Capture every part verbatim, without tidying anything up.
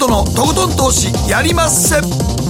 誠のとことん投資やりまっせ。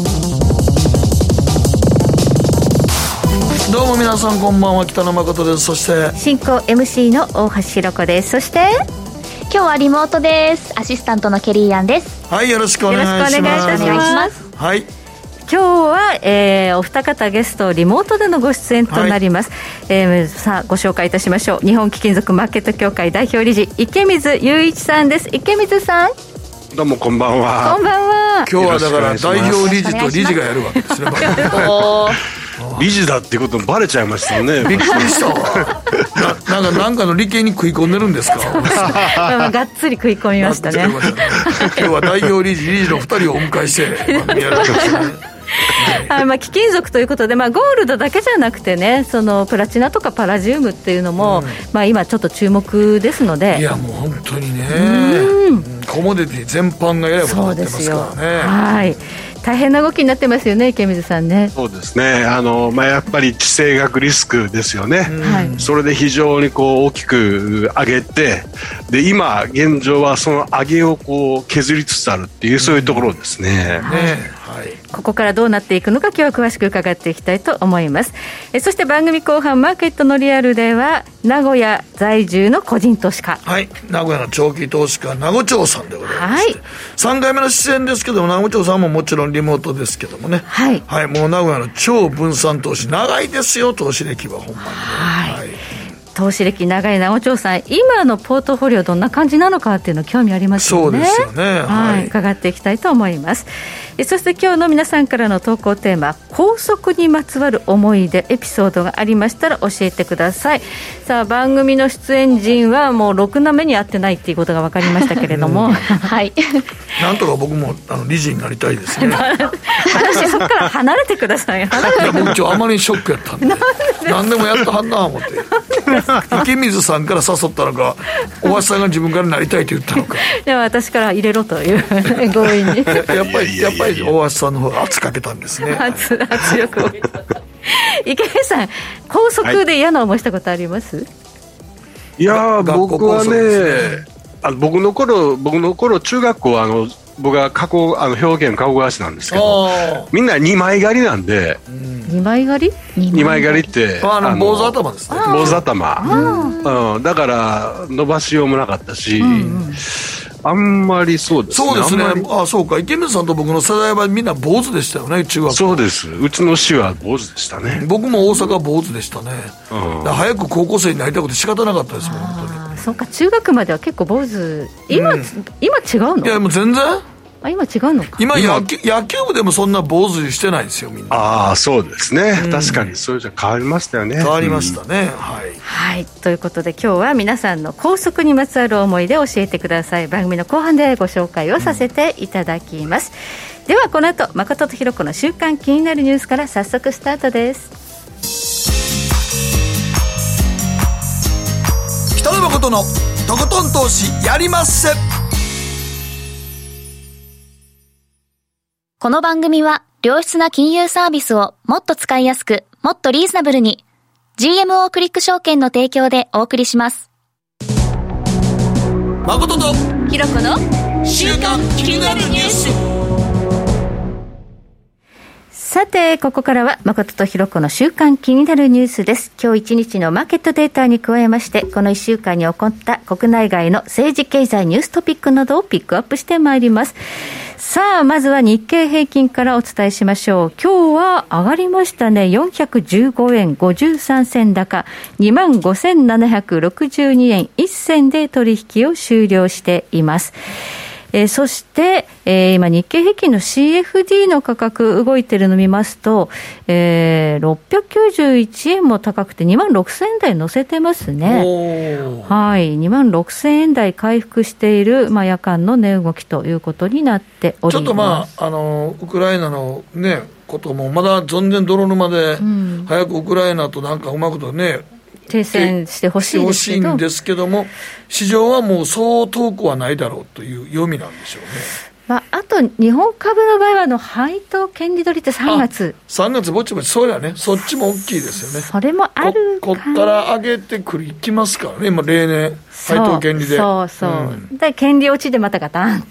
どうも皆さんこんばんは、北野誠です。そして進行 エムシー の大橋ひろ子です。そして今日はリモートです。アシスタントのケリーアンです。 はい、よろしくお願いします。 よろしくお願いいたします。 はい、 今日は、えー、お二方ゲストリモートでのご出演となります、はい。えー、さあご紹介いたしましょう。日本貴金属マーケット協会代表理事池水雄一さんです。池水さん、 どうもこんばんは。 こんばんは。 今日はだから代表理事と理事がやるわけですね。 理事だってことバレちゃいましたね。 びっくりしたわ。な, なんかなんかの理系に食い込んでるんですか。 まあがっつり食い込みましたね。 今日は代表理事理事のふたりをお迎えしてやるわけですね。 はい、まあ、貴金属ということで、まあ、ゴールドだけじゃなくてね、そのプラチナとかパラジウムっていうのも、うん、まあ、今ちょっと注目ですので。 いやもう本当にね、うん、コモディティ全般がややことになってますからね。 はい、大変な動きになってますよね、池水さんね。 そうですね、あの、まあ、やっぱり地政学リスクですよね、うん、それで非常にこう大きく上げて、で今現状はその上げをこう削りつつあるっていう、そういうところですね。うん、ね、 はい、ここからどうなっていくのか今日は詳しく伺っていきたいと思います。えそして番組後半マーケットのリアルでは名古屋在住の個人投資家、 はい、名古屋の長期投資家名護町さんでございまして、はい、さんかいめの出演ですけども、名護町さんももちろんリモートですけどもね、はい、はい、もう名古屋の超分散投資長いですよ、投資歴はほんまにね、はいはい、 投資歴長い名護町さん、今のポートフォリオどんな感じなのかっていうの興味ありますよね。 そうですよね、 はいはい、伺っていきたいと思います。えそして今日の皆さんからの投稿テーマ、高速にまつわる思い出エピソードがありましたら教えてください。さあ番組の出演陣はもうろくな目に合ってないっていうことが分かりましたけれども、はい、 なんとか僕もあの理事になりたいですね。 話そこから離れてください。 いや僕今日あまりにショックやったんで何でもやっとはんな思って池水さんから誘ったのか、大橋さんが自分からなりたいと言ったのか。 では私から入れろという強引にやっぱりやっぱり大橋さんの方が圧かけたんですね。 圧, 圧力を池水さん、高速で嫌な思いしたことあります？はい、 いや僕は ね, ねあの僕の頃僕の頃中学校はあの僕は加工あの兵庫県加古川市なんですけど、みんなにまい狩りなんで、うん、 にまい狩りにまい狩りってあの坊主頭ですね。 坊主頭、うん、だから伸ばしようもなかったし、うんうん、あんまりそうですね。 そうですね。ああ、そうか。池水さんと僕の世代はみんな坊主でしたよね、中学校。 そうです。うちの市は坊主でしたね。 僕も大阪坊主でしたね。うん、だ早く高校生になりたくて仕方なかったですもん、本当に。 そうか、中学までは結構坊主。今、うん、今違うの？ いやもう全然。 あ、今違うのか。 今野球、野球部でもそんな坊主してないですよ、みんな。 ああ、そうですね、うん、確かにそれじゃ変わりましたよね。 変わりましたね、うん、はい、 はい、ということで今日は皆さんの高速にまつわる思い出を教えてください。番組の後半でご紹介をさせていただきます、うん、ではこの後誠とひろ子の週刊気になるニュースから早速スタートです。 北野誠のとことん投資やりまっせ。 この番組は良質な金融サービスをもっと使いやすく、もっとリーズナブルに ジーエムオー クリック証券の提供でお送りします。 誠とひろ子の週刊気になるニュース。 さてここからは誠とひろ子の週刊気になるニュースです。今日一日のマーケットデータに加えまして、このいっしゅうかんに起こった国内外の政治経済ニューストピックなどをピックアップしてまいります。さあまずは日経平均からお伝えしましょう。今日は上がりましたね。よんひゃくじゅうごえんごじゅうさんせん高 にまんごせんななひゃくろくじゅうにえんいっせんで取引を終了しています。えー、そして、えー、今日経平均の シーエフディー の価格動いてるの見ますと、えー、ろっぴゃくきゅうじゅういちえんも高くてにまんろくせんえん台乗せてますね。はい、にまんろくせんえん台回復している、まあ、夜間の値動きということになっております。 ちょっとまあ、あのウクライナのねこともまだ全然泥沼で、うん、早くウクライナとなんかうまくとね停戦してほしいですけど、 んですけども、市場はもうそう遠くはないだろうという読みなんでしょうね。 まあ、あと日本株の場合はあの配当権利取りってさんがつさんがつぼちぼちそうやね。そっちも大きいですよね。 それもあるかこったら上げてくるいきますからね。今例年配当権利でそうそうそう、うん、で権利落ちでまたガタンと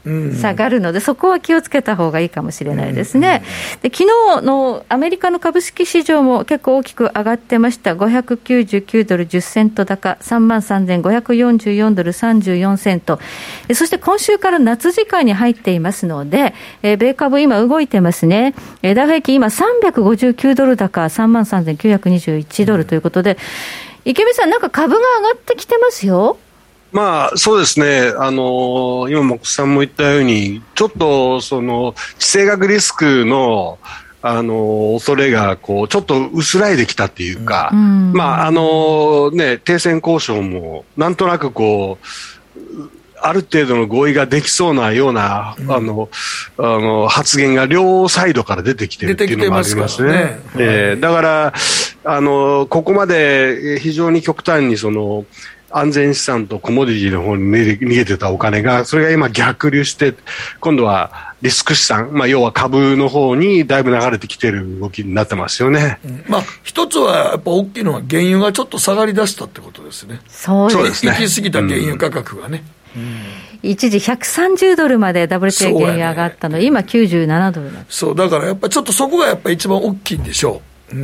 下がるので、うん、そこは気をつけた方がいいかもしれないですね、うん、で昨日のアメリカの株式市場も結構大きく上がってました。ごひゃくきゅうじゅうきゅうドルじゅっセント高 さんまんさんぜんごひゃくよんじゅうよんドルさんじゅうよんセント。そして今週から夏時間に入っていますので、え米株今動いてますね。ダウ平均今さんびゃくごじゅうきゅうドル高 さんまんさんぜんきゅうひゃくにじゅういちドルということで、池見さんなんか株が上がってきてますよ。 まあ、そうですね、あの今、木さんも言ったように、ちょっとその地政学リスクの、あの恐れがこうちょっと薄らいできたっていうか、うん、まああのね、停戦交渉もなんとなくこう、ある程度の合意ができそうなような、うん、あのあの発言が両サイドから出てきてるっていうのもありますね。出てきてますからね。えー、だからあのここまで非常に極端にその安全資産とコモディティの方に逃げてたお金が、それが今逆流して今度はリスク資産、まあ、要は株の方にだいぶ流れてきてる動きになってますよね、 うん、まあ、一つはやっぱ大きいのは原油がちょっと下がりだしたってことですね。 そうですね。 行き過ぎた原油価格がね、うんうん、 一時ひゃくさんじゅうドルまで ダブリューティー 原油上がったの、ね、今きゅうじゅうななドルなんです。 そうだからやっぱりちょっとそこがやっぱり一番大きいんでしょう。うん、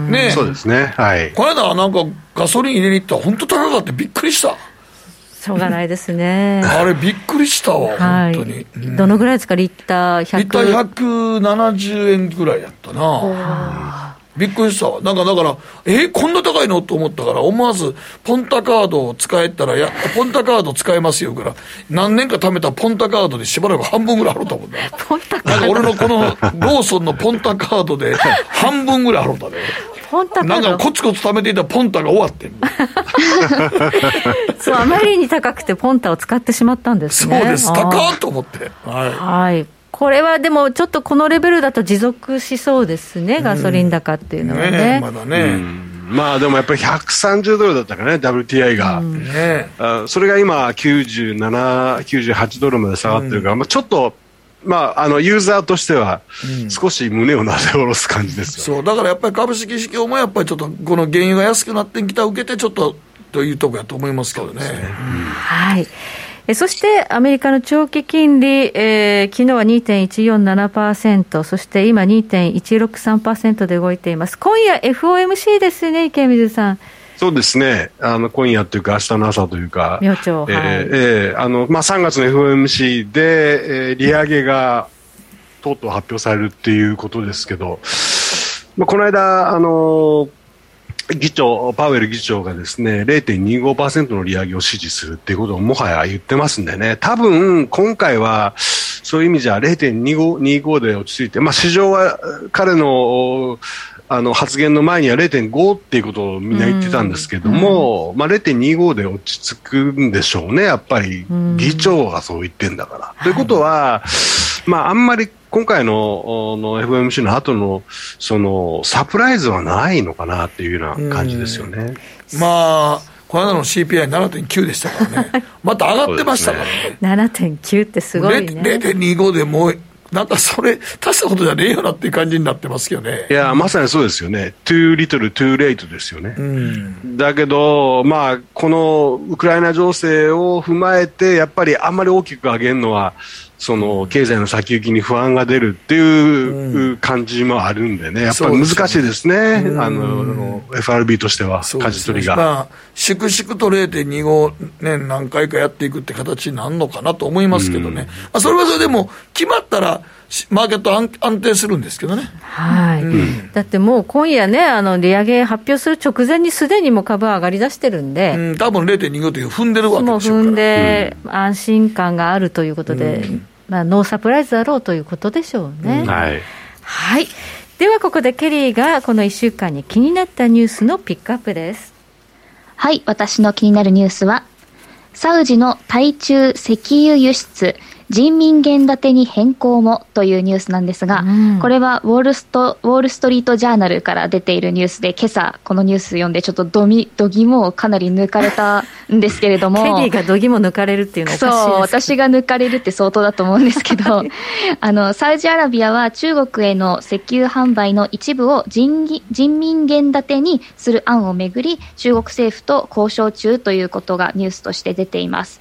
ね、 そうですね、はい、 この間はなんかガソリン入れに行ったら本当高かってびっくりした。 しょうがないですねあれびっくりしたわ、はい、本当に、うん、 どのぐらいですか、リッターひゃくリッターひゃくななじゅうえんぐらいやったな。びっくりしたわ。なんかだからえー、こんな高いのと思ったから思わずポンタカードを使えたらやポンタカード使えますよから何年か貯めたポンタカードでしばらく半分ぐらい払ったもんな。 ポンタカードなんか俺のこのローソンのポンタカードで半分ぐらい払ったね。 ポンタカードなんかコツコツ貯めていたポンタが終わってんそうあまりに高くてポンタを使ってしまったんですね。 そうです、高っと思って、はい、 はい、これはでもちょっとこのレベルだと持続しそうですね、ガソリン高っていうのはね、うん、ねまだね、うん、 まあでもやっぱりひゃくさんじゅうドルだったかね ダブリューティーアイ が、うんね、あそれが今きゅうじゅうなな、きゅうじゅうはちドルまで下がってるから、うん、まあ、ちょっとまあ、あのユーザーとしては少し胸をなで下ろす感じですよ、 うん、そうだからやっぱり株式市況もやっぱりちょっとこの原油が安くなってきたを受けてちょっとというところやと思いますけどね、ね、 うん、はい。えそしてアメリカの長期金利、えー、昨日は にてんいちよんななパーセント、 そして今 にてんいちろくさんパーセント で動いています。今夜 エフオーエムシー ですね、池水さん。 そうですね、あの今夜というか明日の朝というか、 明朝、 えーはいえーあのまあ、さんがつの エフオーエムシー で、えー、利上げがとうとう発表されるっていうことですけど、まあ、この間あの議長パウエル議長がですね れいてんにごパーセント の利上げを支持するっていうことをもはや言ってますんでね、多分今回はそういう意味じゃ れいてんにご で落ち着いて、まあ、市場は彼のあの発言の前には れいてんご っていうことをみんな言ってたんですけども、うんまあ、れいてんにご で落ち着くんでしょうね、やっぱり議長がそう言ってんだから、うん、ということは、まあ、あんまり今回のの エフオーエムシー の後のそのサプライズはないのかなっていうような感じですよね。 まあこの間の シーピーアイななてんきゅう でしたからねまた上がってましたからね。 ななてんきゅう ってすごいね。 れいてんにご でもうなんかそれ大したことじゃねえよなっていう感じになってますよね。 いやまさにそうですよね。 too little too late ですよね、うん、だけど、まあ、このウクライナ情勢を踏まえてやっぱりあんまり大きく上げるのはその経済の先行きに不安が出るっていう感じもあるんでね、やっぱり難しいですね、うん、あの エフアールビー としては舵取りが、 まあ、粛々と れいてんにご 年何回かやっていくって形になるのかなと思いますけどね、うんまあ、それはそれでも決まったらマーケット安安定するんですけどね、 はいうん、だってもう今夜ねあの利上げ発表する直前にすでにも株は上がりだしてるんで、 うん、多分 れいてんにご という踏んでるわけでしょうから、 もう踏んで安心感があるということで、うんまあ、ノーサプライズだろうということでしょうね、うん、 はい、 はい、ではここでケリーがこのいっしゅうかんに気になったニュースのピックアップです。 はい、私の気になるニュースはサウジの対中石油輸出人民元建てに変更もというニュースなんですが、うん、これはウォールスト、ウォールストリートジャーナルから出ているニュースで、今朝このニュース読んでちょっとどみどぎもをかなり抜かれたんですけれどもケリーがどぎも抜かれるっていうのはおかしいです。 そう、私が抜かれるって相当だと思うんですけどあのサウジアラビアは中国への石油販売の一部を 人, 人民元建てにする案をめぐり中国政府と交渉中ということがニュースとして出ています。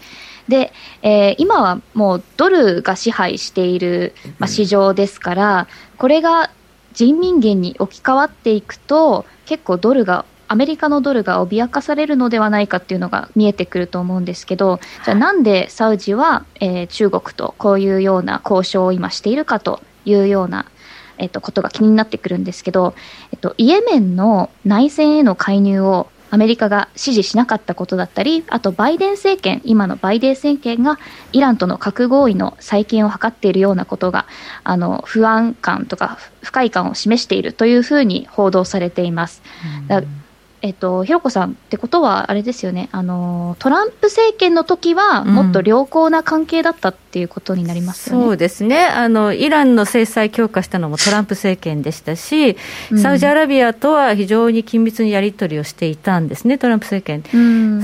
で、えー、今はもうドルが支配している、まあ、市場ですから、うん、これが人民元に置き換わっていくと結構ドルがアメリカのドルが脅かされるのではないかっていうのが見えてくると思うんですけど、じゃあなんでサウジは、えー、中国とこういうような交渉を今しているかというような、えっと、ことが気になってくるんですけど、えっと、イエメンの内戦への介入をアメリカが支持しなかったことだったり、あとバイデン政権、今のバイデン政権がイランとの核合意の再建を図っているようなことがあの不安感とか不快感を示しているというふうに報道されています。だえっと、ひろこさんってことはあれですよね、あのトランプ政権の時はもっと良好な関係だったっていうことになりますよね。 うん、そうですね。あのイランの制裁強化したのもトランプ政権でしたし、うん、サウジアラビアとは非常に緊密にやり取りをしていたんですね、トランプ政権、うん、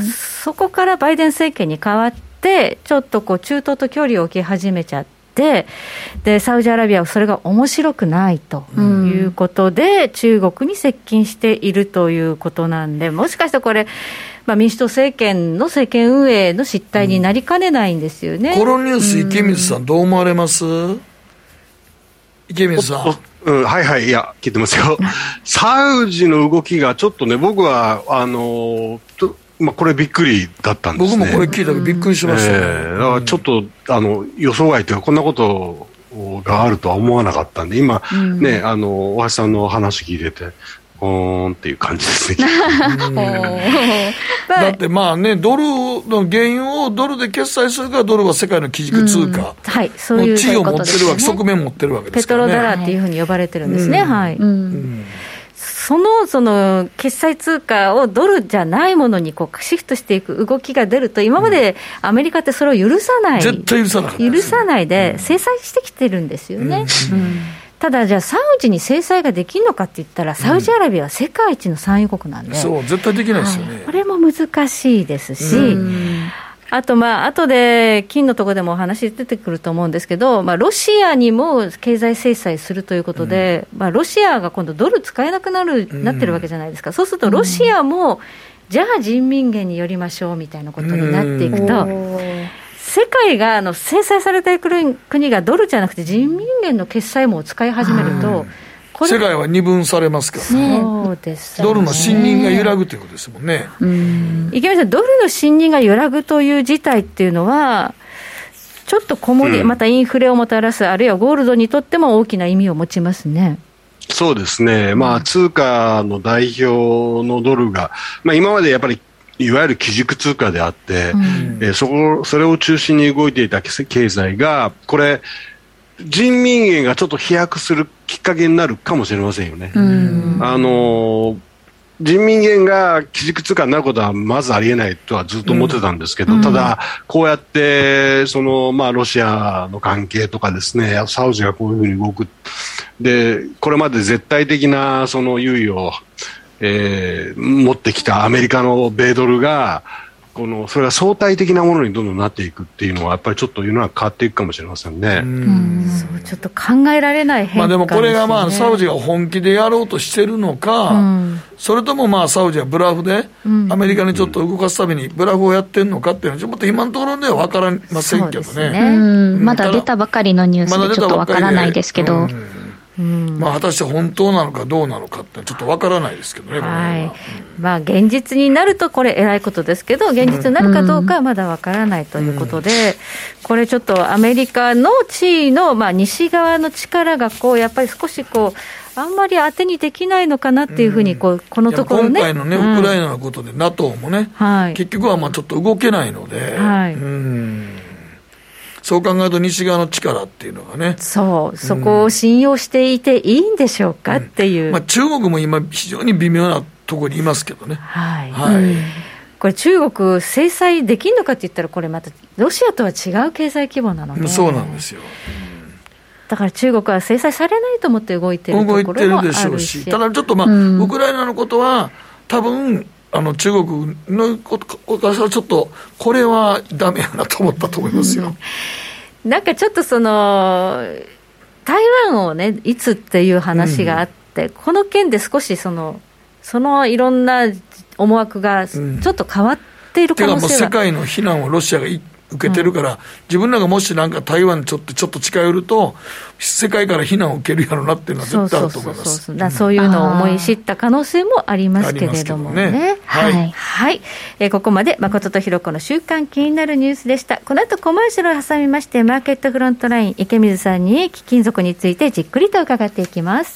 そこからバイデン政権に変わってちょっとこう中東と距離を置き始めちゃってで, でサウジアラビアはそれが面白くないということで、うん、中国に接近しているということなんで、もしかしたらこれ、まあ、民主党政権の政権運営の失態になりかねないんですよね。うん、 このニュース、池水さんどう思われます？池水さん。 うん、はいはい、いや聞いてますよ。サウジの動きがちょっとね、僕はあのとまあ、これびっくりだったんですね。 僕もこれ聞いた時びっくりしましたね。えー、だからちょっと、うん、あの予想外というかこんなことがあるとは思わなかったんで、今、うん、ね、あの大橋さんの話聞いててほーんっていう感じですね。うん、 だってまあね、ドルの原油をドルで決済するからドルは世界の基軸通貨の地位を持ってるわけ、側面持ってるわけですからね。 ペトロダラっていうふうに呼ばれてるんですね。 うん、 はい。うんうんその、その決済通貨をドルじゃないものにこうシフトしていく動きが出ると、今までアメリカってそれを許さない、 絶対許さなかったですね、 許さないで制裁してきてるんですよね。うんうん、ただじゃあサウジに制裁ができるのかって言ったら、サウジアラビアは世界一の産油国なんで、うん、 そう絶対できないですよね、 はい、これも難しいですし、うんあと、まあ後で金のところでもお話出てくると思うんですけど、まあ、ロシアにも経済制裁するということで、うんまあ、ロシアが今度ドル使えなくなる、うん、なってるわけじゃないですか。そうするとロシアも、うん、じゃあ人民元によりましょうみたいなことになっていくと、うん、世界があの制裁されている国がドルじゃなくて人民元の決済網を使い始めると、うん世界は二分されますからね。 そうですね。 ドルの信任が揺らぐということですもんね。 うん。池上さん、ドルの信任が揺らぐという事態っていうのは、ちょっと小盛り、うん、またインフレをもたらす、あるいはゴールドにとっても大きな意味を持ちますね。 そうですね。まあ、通貨の代表のドルが、まあ、今までやっぱりいわゆる基軸通貨であって、うんえー、そこ、それを中心に動いていた経済が、これ、人民元がちょっと飛躍するきっかけになるかもしれませんよね。うんあの人民元が基軸通貨になることはまずありえないとはずっと思ってたんですけど、うん、ただこうやってその、まあ、ロシアの関係とかですね、サウジがこういうふうに動くで、これまで絶対的なその優位を、えー、持ってきたアメリカの米ドルがこのそれが相対的なものにどんどんなっていくっていうのはやっぱりちょっと世の中変わっていくかもしれませんね。 うんそうちょっと考えられない変化ですね。 まあ、でもこれがまあサウジが本気でやろうとしてるのか、うん、それともまあサウジはブラフでアメリカにちょっと動かすためにブラフをやってるのかっていうのはちょっと今のところでは分かりませんけど ね, ね、 うん、まだ出たばかりのニュースでちょっと分からないですけど、うんうんまあ、果たして本当なのかどうなのかってちょっとわからないですけどね、 はいうんまあ、現実になるとこれ偉いことですけど、現実になるかどうかはまだわからないということで、うん、これちょっとアメリカの地位の、まあ、西側の力がこうやっぱり少しこうあんまり当てにできないのかなっていうふうにこう、うん、このところね、 今回のね、うん、ウクライナのことで NATO もね、はい、結局はまあちょっと動けないので、はいうんそう考えると西側の力っていうのがね、 そうそこを信用していていいんでしょうかっていう、 うんまあ、中国も今非常に微妙なところにいますけどね、 はいはいうん、これ中国制裁できるのかって言ったらこれまたロシアとは違う経済規模なので、 そうなんですよ、 だから中国は制裁されないと思って動いてるところもあるし、動いてるでしょうし、 ただちょっとまあ、うん、ウクライナのことは多分あの中国のことからしたらちょっとこれはダメやなと思ったと思いますよ、 うん、なんかちょっとその台湾をねいつっていう話があって、うん、この件で少しそのそのいろんな思惑がちょっと変わっている可能性は、 うん、てかもう世界の非難をロシアが受けてるから、うん、自分らがもしなんか台湾ちょっとちょっと近寄ると世界から非難を受けるやろなっていうのは絶対あると思います。 そうそうそうそう、だそういうのを思い知った可能性もありますけれどもね。ね、はい、はいはい、えー、ここまで誠とひろ子の週刊気になるニュースでした。この後コマーシャルを挟みましてマーケットフロントライン池水さんに貴金属についてじっくりと伺っていきます。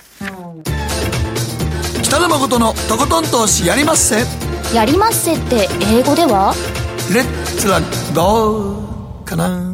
北野誠のとことん投資やりまっせ。 やりまっせって英語ではレッツはどうかな。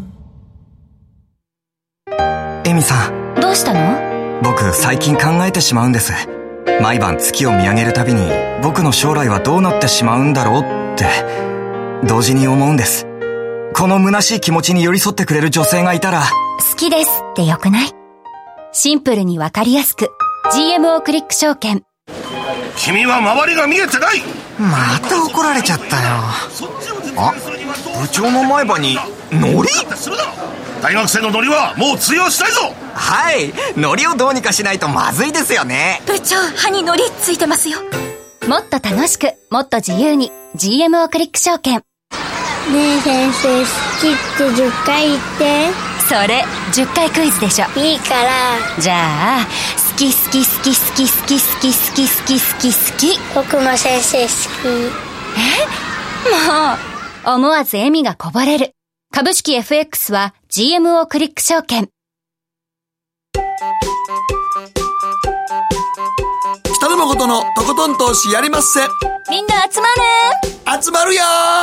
エミさん、 どうしたの？ 僕最近考えてしまうんです。毎晩月を見上げるたびに僕の将来はどうなってしまうんだろうって同時に思うんです。この虚しい気持ちに寄り添ってくれる女性がいたら。 好きですってよくない？シンプルにわかりやすく ジーエムオー クリック証券。 君は周りが見えてない。 また怒られちゃったよ。あ、部長の前歯にノリ？ 大学生のノリはもう通用したいぞ。 はい、ノリをどうにかしないとまずいですよね。 部長、歯にノリついてますよ。もっと楽しく、もっと自由に ジーエムオー クリック証券。 ねえ先生、好きってじゅっかい言って。 それじゅっかいクイズでしょ。 いいから。 じゃあ、好き好き好き好き好き好き好き好き好き好き。 僕も先生好き。 え？もう思わず笑みがこぼれる。株式 エフエックス は ジーエムオー クリック証券。 北野誠のとことん投資やりまっせ。 みんな集まる集まるよ。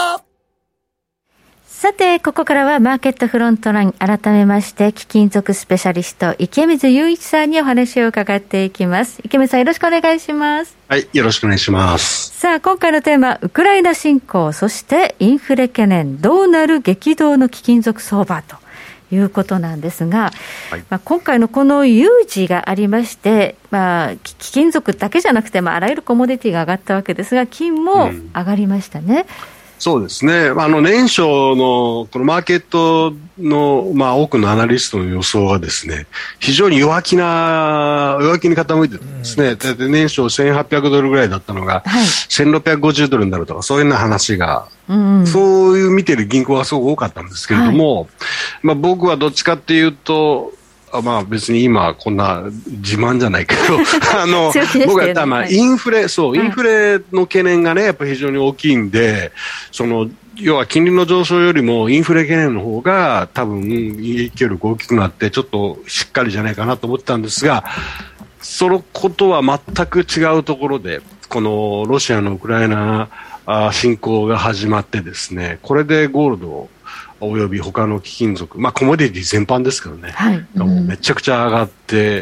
さてここからはマーケットフロントライン、改めまして貴金属スペシャリスト池水雄一さんにお話を伺っていきます。池水さん、よろしくお願いします。 はい、よろしくお願いします。 さあ今回のテーマ、ウクライナ侵攻、そしてインフレ懸念、どうなる激動の貴金属相場ということなんですが、はい、まあ、今回のこの有事がありまして、まあ、貴金属だけじゃなくて、まあ、あらゆるコモディティが上がったわけですが、金も上がりましたね。うん、 そうですね。あの年初のこのマーケットの、まあ、多くのアナリストの予想がですね、非常に弱気な弱気に傾いてるんですね。うん、だって年初せんはっぴゃくドルぐらいだったのが、はい、せんろっぴゃくごじゅうドルになるとか、そういうような話が、うんうん、そういう見てる銀行がすごく多かったんですけれども、はい、まあ、僕はどっちかっていうと、まあ別に今こんな自慢じゃないけどあの僕はやったまあインフレ、そう、インフレの懸念がねやっぱり非常に大きいんで、その要は金利の上昇よりもインフレ懸念の方が多分影響力大きくなってちょっとしっかりじゃないかなと思ってたんですが、そのことは全く違うところで、このロシアのウクライナ侵攻が始まってですね、これでゴールドおよび他の貴金属、まあコモディティ全般ですけどね、はい、もうめちゃくちゃ上がって、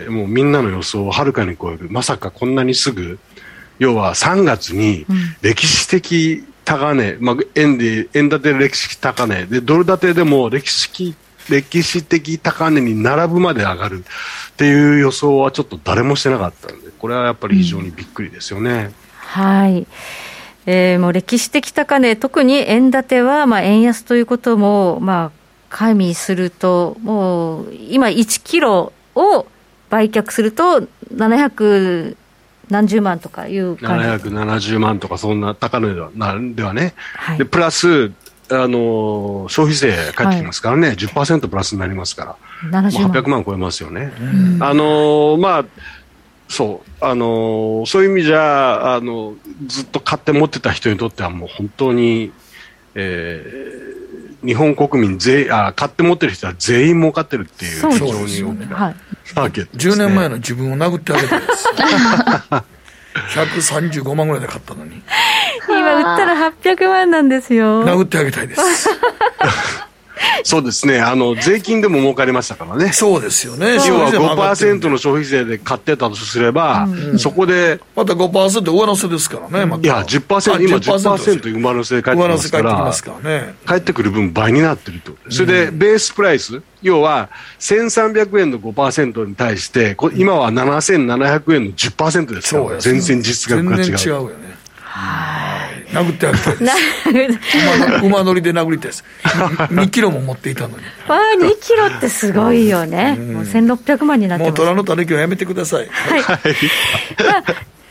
もうみんなの予想をはるかに超える。まさかこんなにすぐ、要はさんがつに歴史的高値、まあ円で、円建て歴史高値で、ドル建てでも歴史歴史的高値に並ぶまで上がるっていう予想はちょっと誰もしてなかったので、これはやっぱり非常にびっくりですよね。うん、はい。 えー、もう歴史的高値、特に円建てはまあ円安ということもまあ加味すると、もう今いちキロを売却するとななひゃくなんじゅうまんとかいう感じ、ななひゃくななじゅうまんとかそんな高値ではなんではね、はい、でプラスあの消費税返ってきますからね、はい、じゅっパーセント プラスになりますから、ななじゅうまん、はっぴゃくまん超えますよね。あのまあそう、あのー、そういう意味じゃあのずっと買って持ってた人にとってはもう本当に、えー、日本国民全員あ買って持ってる人は全員儲かってるっていう非常に大きなマーケットですね。 じゅうねんまえの自分を殴ってあげたいですひゃくさんじゅうごまんぐらいで買ったのに今売ったらはっぴゃくまんなんですよ。 殴ってあげたいですそうですね、あの税金でも儲かりましたからね。 そうですよね。 要は ごパーセント の消費税で買ってたとすれば、うん、そこでまた ごパーセント 上乗せですからね、ま、 いや じゅっパーセント、今 じゅっパーセント 上乗せで返ってきますから、上乗せ返ってきますからね、返ってくる分倍になってると。それでベースプライス、要はせんさんびゃくえんの ごパーセント に対して今はななせんななひゃくえんの じゅっパーセント ですから、ね、全然実額が違う。 全然違うよね。はい、殴ってあげたいです馬乗りで殴りたいですにキロも持っていたのにわあにキロってすごいよね、うん、もうせんろっぴゃくまんになってます。 もう虎の種木はやめてください。はい、 まあ、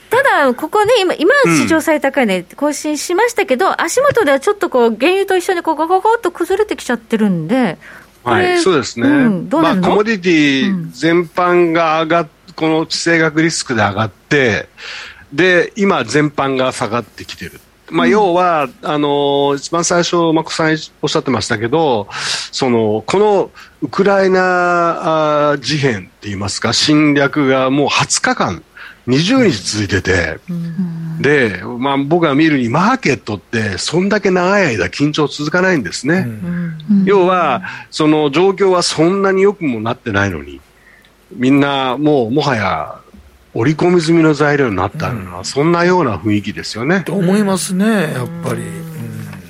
ただここね、今今史上最高値更新しましたけど、うん、足元ではちょっとこう原油と一緒にこうゴゴゴっと崩れてきちゃってるんで、 はい、そうですね、うん、どうなるの？まあ、コモディティ全般が上がっ、この地政学リスクで上がって、で今全般が下がってきてる。まあ、要は、うん、あの一番最初マコさんおっしゃってましたけど、そのこのウクライナ事変って言いますか、侵略がもうはつかかんにじゅうにち続いてて、うん、で、まあ、僕が見るにマーケットってそんだけ長い間緊張続かないんですね、うんうん、要はその状況はそんなに良くもなってないのに、みんなもうもはや織り込み済みの材料になったような、うん、そんなような雰囲気ですよね。 と思いますね、やっぱり、うん、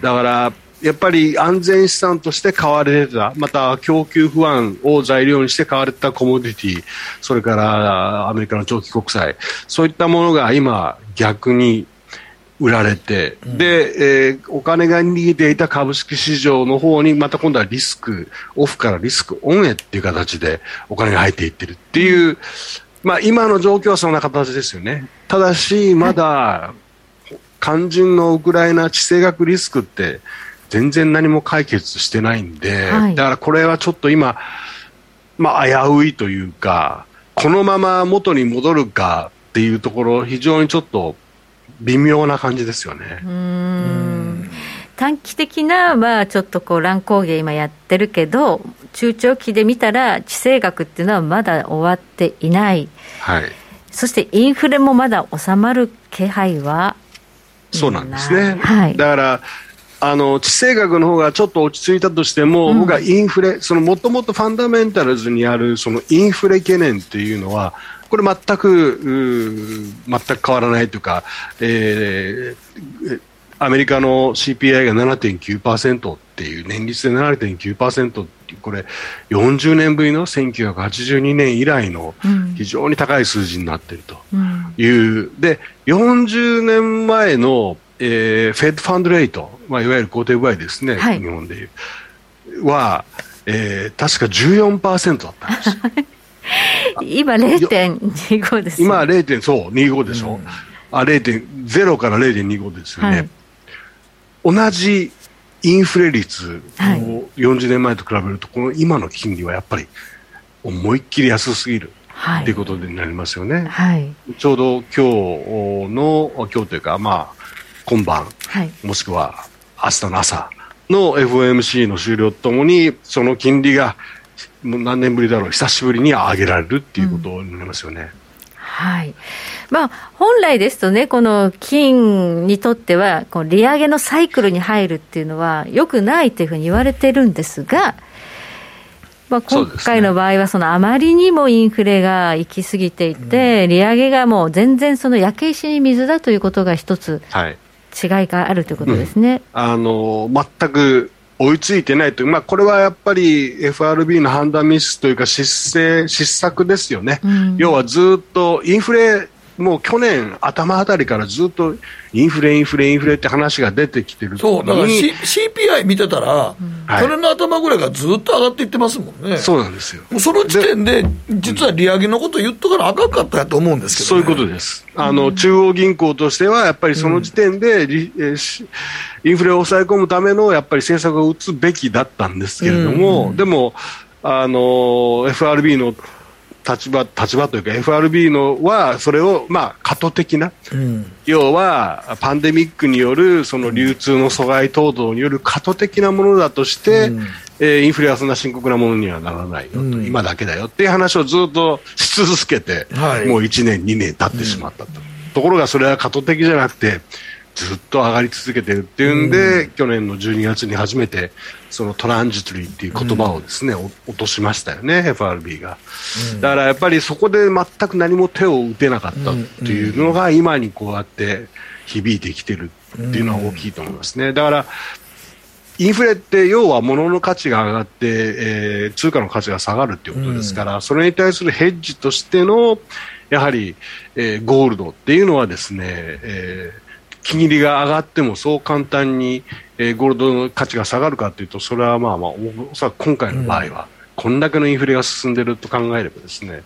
だからやっぱり安全資産として買われてた、また供給不安を材料にして買われたコモディティ、それからアメリカの長期国債、そういったものが今逆に売られて、うん、で、えー、お金が逃げていた株式市場の方にまた今度はリスクオフからリスクオンへっていう形でお金が入っていってるっていう、うん、まあ、今の状況はそんな形ですよね。ただしまだ肝心のウクライナ地政学リスクって全然何も解決してないんで、はい、だからこれはちょっと今、まあ、危ういというか、このまま元に戻るかっていうところ、非常にちょっと微妙な感じですよね。うーん、 短期的な、まあ、ちょっとこう乱高下今やってるけど、中長期で見たら地政学っていうのはまだ終わっていない、はい、そしてインフレもまだ収まる気配はそうなんですね、はい、だからあの地政学の方がちょっと落ち着いたとしても、うん、僕はインフレ、そのもともとファンダメンタルズにあるそのインフレ懸念っていうのはこれ全く全く変わらないというか、えー、アメリカの シーピーアイ が ななてんきゅうパーセント っていう年率で ななてんきゅうパーセント っていう、これよんじゅうねんぶりのせんきゅうひゃくはちじゅうにねん以来の非常に高い数字になっているという、うん、でよんじゅうねんまえの、えー、フェッドファンドレート、まあ、いわゆる公定部合ですね、はい、日本でいうは、えー、確か じゅうよんパーセント だったんです今 れいてんにご です、ね、 今 れいてんにご でしょ、うん、あ れいてんゼロ から れいてんにご ですよね、はい、同じインフレ率をよんじゅうねんまえと比べると、この今の金利はやっぱり思いっきり安すぎるということになりますよね、はい、ちょうど今日の今日というか、まあ、今晩、はい、もしくは明日の朝の エフオーエムシー の終了とともにその金利がもう何年ぶりだろう、久しぶりに上げられるっていうことになりますよね、うん、 はい、まあ、本来ですとね、この金にとってはこう利上げのサイクルに入るっていうのは良くないというふうに言われてるんですが、まあ、今回の場合はそのあまりにもインフレが行き過ぎていて、うん、利上げがもう全然その焼け石に水だということが一つ違いがあるということですね、うん、 あの全く追いついてないという、まあ、これはやっぱり エフアールビー の判断ミスというか失勢失策ですよね、うん、要はずっとインフレ、もう去年頭あたりからずっとインフレインフレインフレって話が出てきてる。 そうだから、C、シーピーアイ 見てたら、うん、去年の頭ぐらいからずっと上がっていってますもんね。 そうなんですよ。 もうその時点で実は利上げのことを言っとかなあかんかったやと思うんですけど、ね、 そういうことです。あの、うん、中央銀行としてはやっぱりその時点で、うんえー、インフレを抑え込むためのやっぱり政策を打つべきだったんですけれども、うん、でもあの エフアールビー の立場、立場というか エフアールビー のはそれをまあ過渡的な、うん、要はパンデミックによるその流通の阻害等々による過渡的なものだとして、うんえー、インフレはそんな深刻なものにはならないよと、うん、今だけだよっていう話をずっとし続けて、はい、もういちねんにねん経ってしまったと、うん、ところがそれは過渡的じゃなくてずっと上がり続けてるっていうんで、うん、去年のじゅうにがつに初めてそのトランジトリーっていう言葉をですね、うん、落としましたよね エフアールビー が、うん、だからやっぱりそこで全く何も手を打てなかったっていうのが今にこうやって響いてきてるっていうのは大きいと思いますね。だからインフレって要は物の価値が上がって、えー、通貨の価値が下がるっていうことですから、うん、それに対するヘッジとしてのやはり、えー、ゴールドっていうのはですね、えー金利が上がってもそう簡単に、えー、ゴールドの価値が下がるかというとそれはまあまあおそらく今回の場合は、うん、こんだけのインフレが進んでいると考えればですね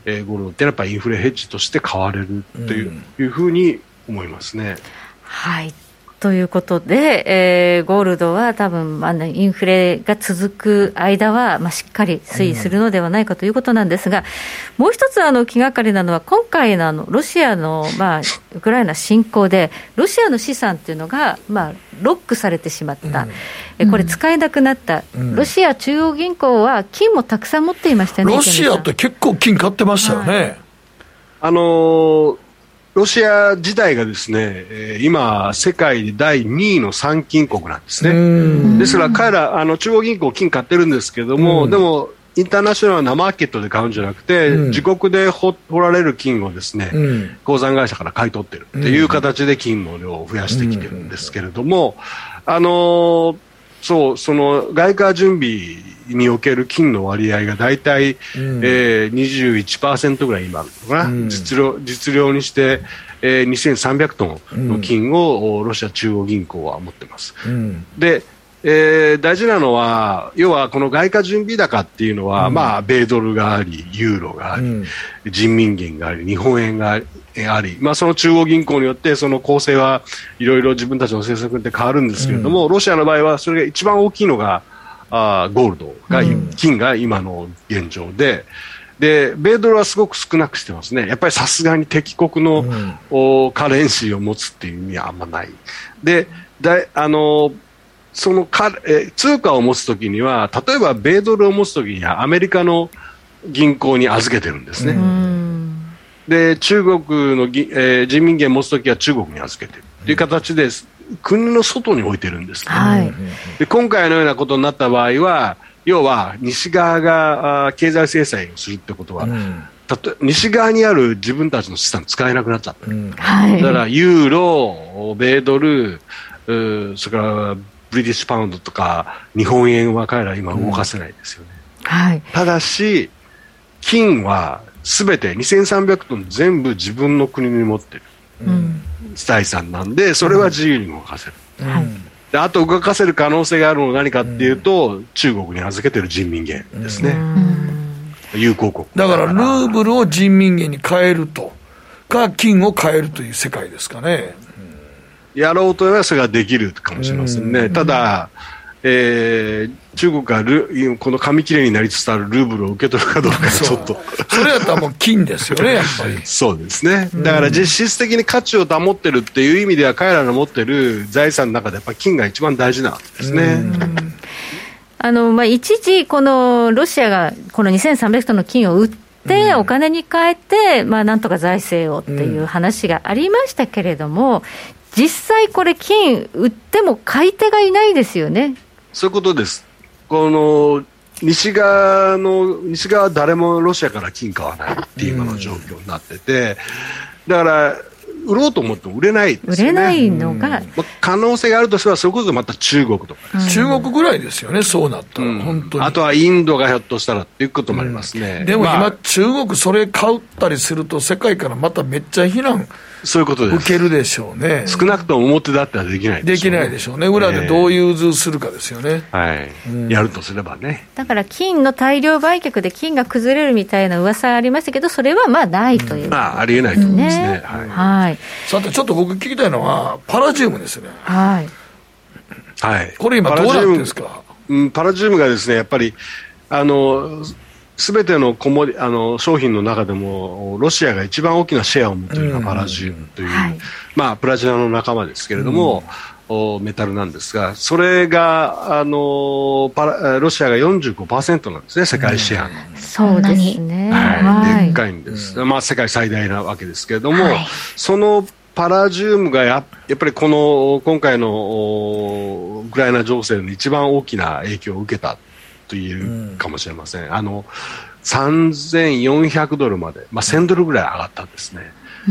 えー、ゴールドってやっぱりインフレヘッジとして買われるという、うん、いうふうに思いますね。 はいということで、えー、ゴールドは多分、まあね、インフレが続く間は、まあ、しっかり推移するのではないかということなんですが、うん、もう一つあの気がかりなのは今回のあのロシアの、まあ、ウクライナ侵攻でロシアの資産というのが、まあ、ロックされてしまった、うん、これ使えなくなった、うん、ロシア中央銀行は金もたくさん持っていましたよね。 ロシアって結構金買ってましたよね、はい、 あのーロシア自体がですね、今、世界でだいにいの産金国なんですね。ですから、彼ら、あの中央銀行、金買ってるんですけども、でも、インターナショナルなマーケットで買うんじゃなくて、うん、自国で掘られる金をですね、うん、鉱山会社から買い取ってるっていう形で金の量を増やしてきてるんですけれども、あのー、そう、その外貨準備における金の割合が大体、うんえー、にじゅういちパーセント ぐらい今あるのかな、うん、実量、実量にして、えー、にせんさんびゃくトンの金を、うん、ロシア中央銀行は持ってます。うん、で、えー、大事なのは、要はこの外貨準備高っていうのは、うんまあ、米ドルがあり、ユーロがあり、うん、人民元があり、日本円があり、ありまあ、その中央銀行によってその構成はいろいろ自分たちの政策で変わるんですけれども、うん、ロシアの場合はそれが一番大きいのがあーゴールドが、うん、金が今の現状で、で米ドルはすごく少なくしてますね。やっぱりさすがに敵国の、うん、カレンシーを持つっていう意味はあんまない。でだあのそのかえ通貨を持つときには、例えば米ドルを持つときにはアメリカの銀行に預けてるんですね。うんで中国の、えー、人民元を持つときは中国に預けているという形で国の外に置いてるんです、ねはい、で今回のようなことになった場合は、要は西側が経済制裁をするってことは、うん、たと西側にある自分たちの資産使えなくなっちゃった、うんはい、だからユーロ、米ドル、それからブリティッシュパウンドとか日本円は彼ら今動かせないですよね、うんはい、ただし金はすべてにせんさんびゃくトン全部自分の国に持ってる、うん、財産なんで、それは自由に動かせる、うん、であと動かせる可能性があるのは何かっていうと、うん、中国に預けてる人民元ですね、うん、友好国だからルーブルを人民元に変えるとか金を変えるという世界ですかね、 うん、やろうというのはそれができるかもしれませんね、うん、ただ、えー、中国がルこの紙切れになりつつあるルーブルを受け取るかどうかちょっとそれやったらもう金ですよねやっぱりそうですね。だから実質的に価値を保ってるっていう意味では彼らの持ってる財産の中でやっぱり金が一番大事なんですね。 あの、まあ、一時このロシアがこのにせんさんびゃくトンの金を売ってお金に変えて、まあ、なんとか財政をっていう話がありましたけれども、実際これ金売っても買い手がいないですよね。 そういうことです。この西側の西側は誰もロシアから金買わないっていう今の状況になってて、だから売ろうと思っても売れないですよね。 売れないのが、まあ、 可能性があるとしてはそれこそまた中国とかです、 うん、中国ぐらいですよね。そうなったら、うん、本当に。 あとはインドがひょっとしたらっていうこともありますね、 うん、でも今、まあ、中国それ買ったりすると世界からまためっちゃ非難そういうことです。 受けるでしょうね。 少なくとも表だったらできないでしょうね。 できないでしょうね。裏でどう融通するかですよね、 えーはいうん、やるとすればね。 だから金の大量売却で金が崩れるみたいな噂ありましたけど、それはまあないという、うん、 まあありえないと思いますね、 はいはい、 さてちょっと僕聞きたいのはパラジウムですね。 はい、 はい、 これ今どうなってるんですか。 うん、パラジウムがですねやっぱりあのすべてのコモデあの商品の中でもロシアが一番大きなシェアを持っているのがパラジウムという、うんはいまあ、プラチナの仲間ですけれども、うん、メタルなんですが、それがあのパラロシアが よんじゅうごパーセント なんですね、世界シェアの、 うん、そうですね、 はいはい、でっかいんです、うんまあ、世界最大なわけですけれども、はい、そのパラジウムが や, やっぱりこの今回のウクライナ情勢の一番大きな影響を受けたというかもしれません、うん、あのさんぜんよんひゃくドルまで、まあ、せんドルぐらい上がったんですね、うん、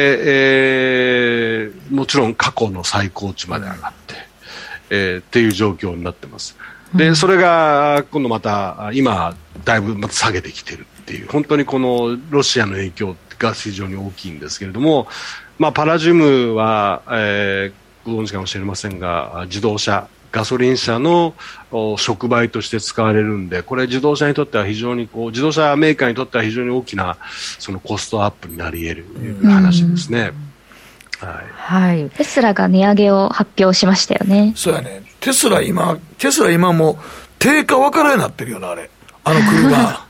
で、えー、もちろん過去の最高値まで上がって、うんえー、っていう状況になってます。でそれが今度また今だいぶまた下げてきてるっていう、本当にこのロシアの影響が非常に大きいんですけれども、まあ、パラジウムは、えー、ご存知かもしれませんが自動車ガソリン車の触媒として使われるんで、これ自動車にとっては非常にこう自動車メーカーにとっては非常に大きなそのコストアップになり得るという話ですね。 はいはい、テスラが値上げを発表しましたよね。 そうやね。テスラ今テスラ今もう定価分からんようになってるよな、あれあの車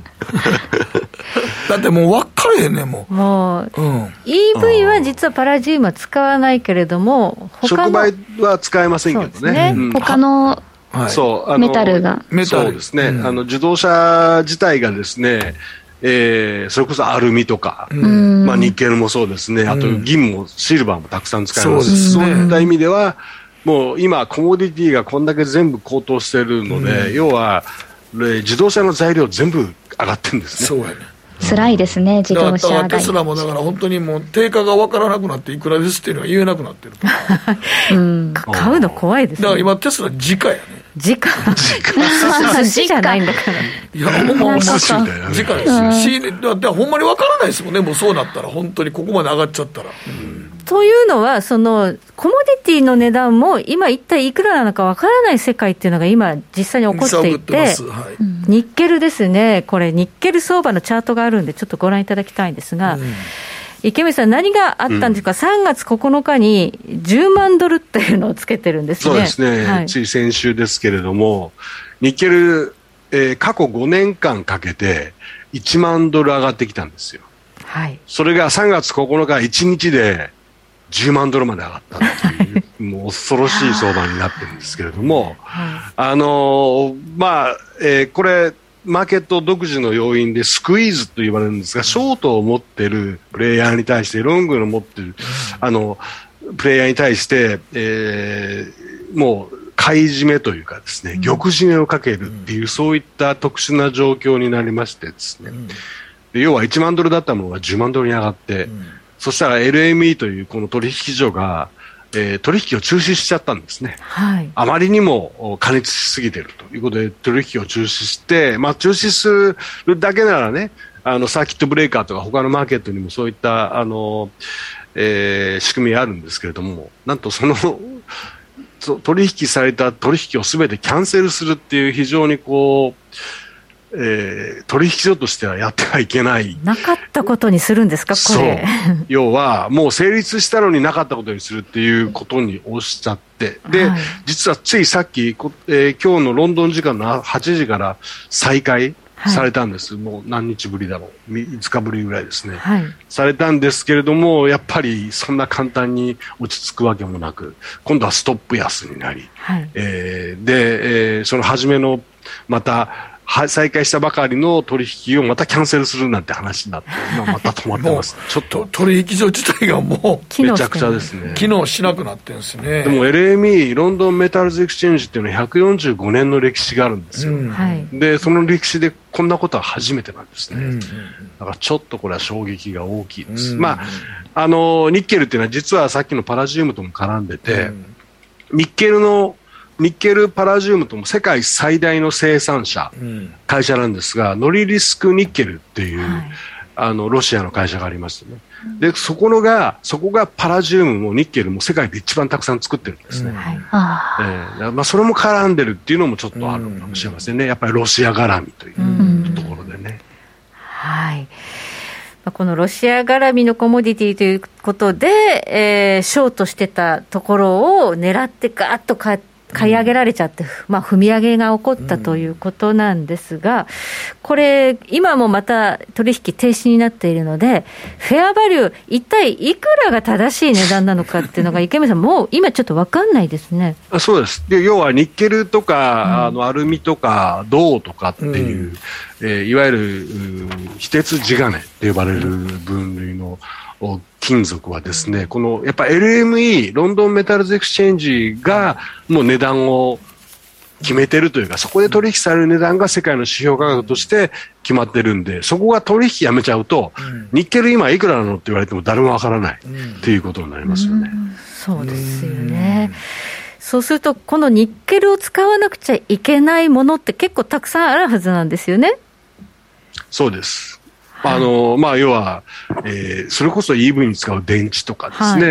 だってもう分かれへんねんもう。 もう、うん、イーブイ は実はパラジウムは使わないけれども、 他の触媒は使えませんけど ね, ね、うん、他のそうあのメタルがメタルそうですね、うん、あの自動車自体がですね、えー、それこそアルミとか、うんまあ、ニッケルもそうですね、あと銀もシルバーもたくさん使えます、うん、そういった意味ではもう今コモディティがこんだけ全部高騰してるので、うん、要は自動車の材料全部上がってるんですね。 そうやね。 辛いですね、自動車が。 テスラもだから本当にもう定価が分からなくなっていくらですっていうのは言えなくなってるうん、買うの怖いですね。 だから今テスラ時価やね。 時価寿司じゃないんだから。 いやほんまほんま時価ですよ。仕入れだってほんまに分からないですもんね。もうそうなったら本当にここまで上がっちゃったら、うんというのはそのコモディティの値段も今一体いくらなのかわからない世界っていうのが今実際に起こっていて、はい、ニッケルですね。これニッケル相場のチャートがあるんでちょっとご覧いただきたいんですが、うん、池水さん何があったんですか、うん、さんがつここのかにじゅうまんドルっていうのをつけてるんですね。 そうですね、はい、つい先週ですけれどもニッケル、えー、過去ごねんかんかけていちまんドル上がってきたんですよ、はい、それがさんがつここのかいちにちでじゅうまんドルまで上がったっていうもう恐ろしい相場になってるんですけれども、あのー、まあ、えー、これマーケット独自の要因でスクイーズと言われるんですが、ショートを持ってるプレイヤーに対してロングの持ってるあのプレイヤーに対して、えー、もう買い締めというかですね、玉締めをかけるっていう、そういった特殊な状況になりましてですね、で要はいちまんドルだったものがじゅうまんドルに上がって、そしたら エルエムイー というこの取引所が、えー、取引を中止しちゃったんですね、はい、あまりにも過熱しすぎているということで取引を中止して、まあ、中止するだけならね、あのサーキットブレーカーとか他のマーケットにもそういったあの、えー、仕組みがあるんですけれども、なんとその取引された取引をすべてキャンセルするっていう非常にこうえー、取引所としてはやってはいけないなかったことにするんですかこれ。 そう要はもう成立したのになかったことにするっていうことにおっしゃってで、はい、実はついさっき、えー、今日のロンドン時間のはちじから再開されたんです、はい、もう何日ぶりだろういつかぶりぐらいですね、はい、されたんですけれどもやっぱりそんな簡単に落ち着くわけもなく今度はストップ安になり、はいえー、で、えー、その初めのまた再開したばかりの取引をまたキャンセルするなんて話になって今また止まってますちょっと取引所自体がもうめちゃくちゃですね機能しなくなってるんですね。 でも エルエムイー ロンドンメタルズエクスチェンジっていうのはひゃくよんじゅうごねんの歴史があるんですよ、うん、でその歴史でこんなことは初めてなんですね、うん、だからちょっとこれは衝撃が大きいです、うん、まああのニッケルっていうのは実はさっきのパラジウムとも絡んでて、うん、ニッケルのニッケルパラジウムとも世界最大の生産者、うん、会社なんですがノリリスクニッケルっていう、はい、あのロシアの会社がありましてね、うん、でそこのがそこがパラジウムもニッケルも世界で一番たくさん作ってるんですね、うんはいえーまあ、それも絡んでるっていうのもちょっとあるかもしれませんね、やっぱりロシア絡みというところでね、うん、 はいこのロシア絡みのコモディティということで、えー、ショートしてたところを狙ってガーッと買って買い上げられちゃって、まあ、踏み上げが起こったということなんですが、これ今もまた取引停止になっているのでフェアバリュー一体いくらが正しい値段なのかっていうのが池上さんもう今ちょっと分かんないですね。 そうです。で要はニッケルとか、うん、あのアルミとか銅とかっていう、うんえー、いわゆる非鉄地金って呼ばれる分類の金属はですね、このやっぱ エルエムイー ロンドンメタルズエクスチェンジがもう値段を決めてるというか、そこで取引される値段が世界の指標価格として決まってるんで、そこが取引やめちゃうと、うん、ニッケル今いくらなのって言われても誰もわからないっていうことになりますよね、 うんうん、そうですよね。そうするとこのニッケルを使わなくちゃいけないものって結構たくさんあるはずなんですよね。 そうです。あのまあ、要は、えー、それこそ イーブイ に使う電池とかですね、はい、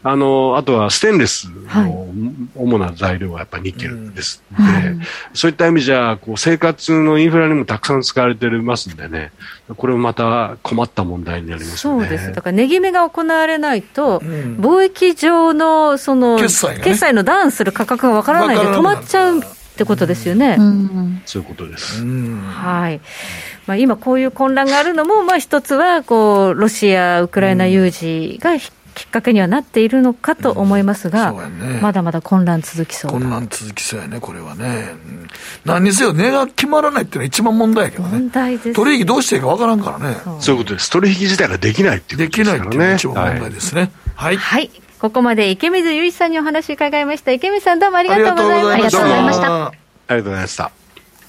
あのあとはステンレスの主な材料はやっぱりニッケルですので、はい、そういった意味じゃこう生活のインフラにもたくさん使われてますんでね、これもまた困った問題になりますよね。 そうです。だから値決めが行われないと、うん、貿易上のその決済、ね、決済のダウンする価格がわからないで止まっちゃうってことですよね。うんうん、 そういうことです。 うん、はい。まあ、今こういう混乱があるのも、まあ、一つはこうロシア・ウクライナ有事がきっかけにはなっているのかと思いますが、うん、ね、まだまだ混乱続きそうだ。 混乱続きそうやね、これはね。うん、何にせよ値が決まらないっていうのは一番問題やけどね。 問題です。 取引どうしていいかわからんからね。 そう、そういうことです。取引自体ができないっていうことですからね。できないっていうのが一番問題ですね。はい。 はい。ここまで池水雄一さんにお話伺いました。池水さん、どうもありがとうございました。ありがとうございました。 ありがとうございました。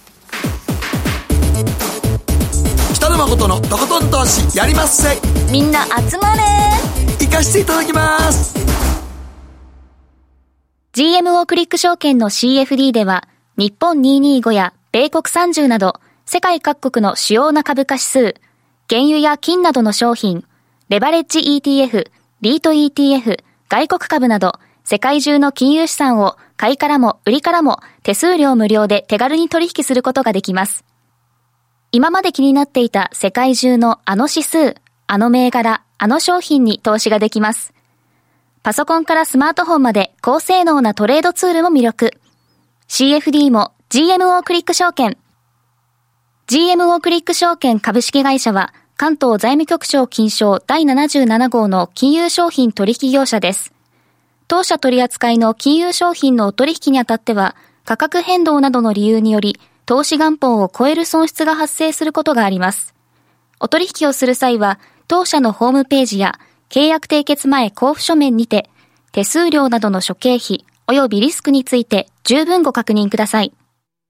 北野誠のとことん投資やりまっせ。 みんな集まれ。 行かしていただきます。 ジーエムオー クリック証券の シーエフディー では日本にひゃくにじゅうごや米国さんじゅうなど世界各国の主要な株価指数、原油や金などの商品、レバレッジ イーティーエフ、リート イーティーエフ、外国株など世界中の金融資産を買いからも売りからも手数料無料で手軽に取引することができます。今まで気になっていた世界中のあの指数、あの銘柄、あの商品に投資ができます。パソコンからスマートフォンまで高性能なトレードツールも魅力。シーエフディー も ジーエムオー クリック証券。ジーエムオー クリック証券株式会社は関東財務局長金賞だいななじゅうなな号の金融商品取引業者です。当社取扱いの金融商品のお取引にあたっては価格変動などの理由により投資元本を超える損失が発生することがあります。お取引をする際は当社のホームページや契約締結前交付書面にて手数料などの諸経費及びリスクについて十分ご確認ください。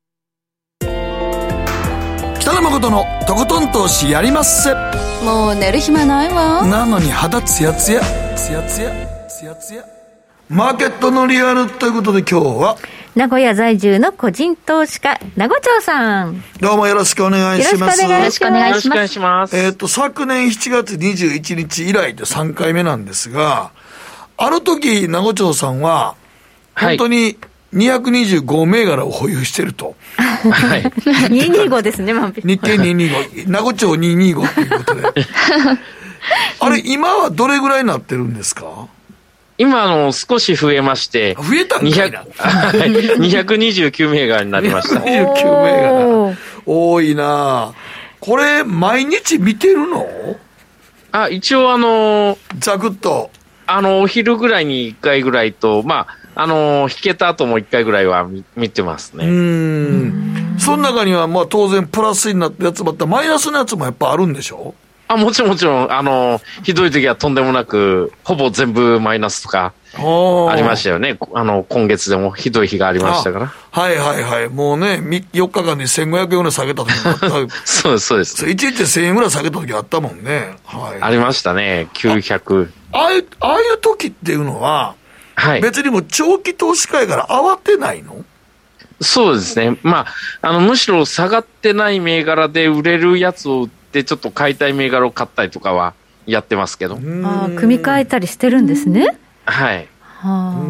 北野誠のとことん投資やりまっせ。 もう寝る暇ないわ。 なのに肌ツヤツヤツヤツヤツヤツヤ。マーケットのリアルということで今日は名古屋在住の個人投資家名護町さん、 どうもよろしくお願いします。 よろしくお願いします。 えっと昨年しちがつにじゅういちにち以来でさんかいめなんですが、あの時名護町さんは本当ににひゃくにじゅうご銘柄を保有してると、 はい、にひゃくにじゅうごですね。 日経にひゃくにじゅうご名護町にひゃくにじゅうごということであれ今はどれぐらいになってるんですか？ 今あの少し増えまして増えたんかいなにひゃくにじゅうきゅう銘柄になりました。 にひゃくにじゅうきゅう銘柄多いな。これ毎日見てるの？ あ、一応あのざくっとあのお昼ぐらいにいっかいぐらいと、まああの引けた後もいっかいぐらいは 見, 見てますね。 うーん、その中にはまあ当然プラスになったやつもあったらマイナスのやつもやっぱあるんでしょ？ あ、もちろんもちろん、あの、ひどい時はとんでもなく、ほぼ全部マイナスとか、ありましたよね。あの、今月でもひどい日がありましたから。 はいはいはい。もうね、よっかかんにせんごひゃくえんぐらい下げた時もあった。 そうです、そうです。 いちにちせんえんぐらい下げた時あったもんね。はい。 ありましたね、きゅうひゃく。 ああいう、ああいう時っていうのは、はい。別にもう長期投資家やから慌てないの？ そうですね。まあ、あの、むしろ下がってない銘柄で売れるやつを売って、でちょっと買いたい銘柄を買ったりとかはやってますけど。 あ、組み替えたりしてるんですね。 はい。 はあ、 うん、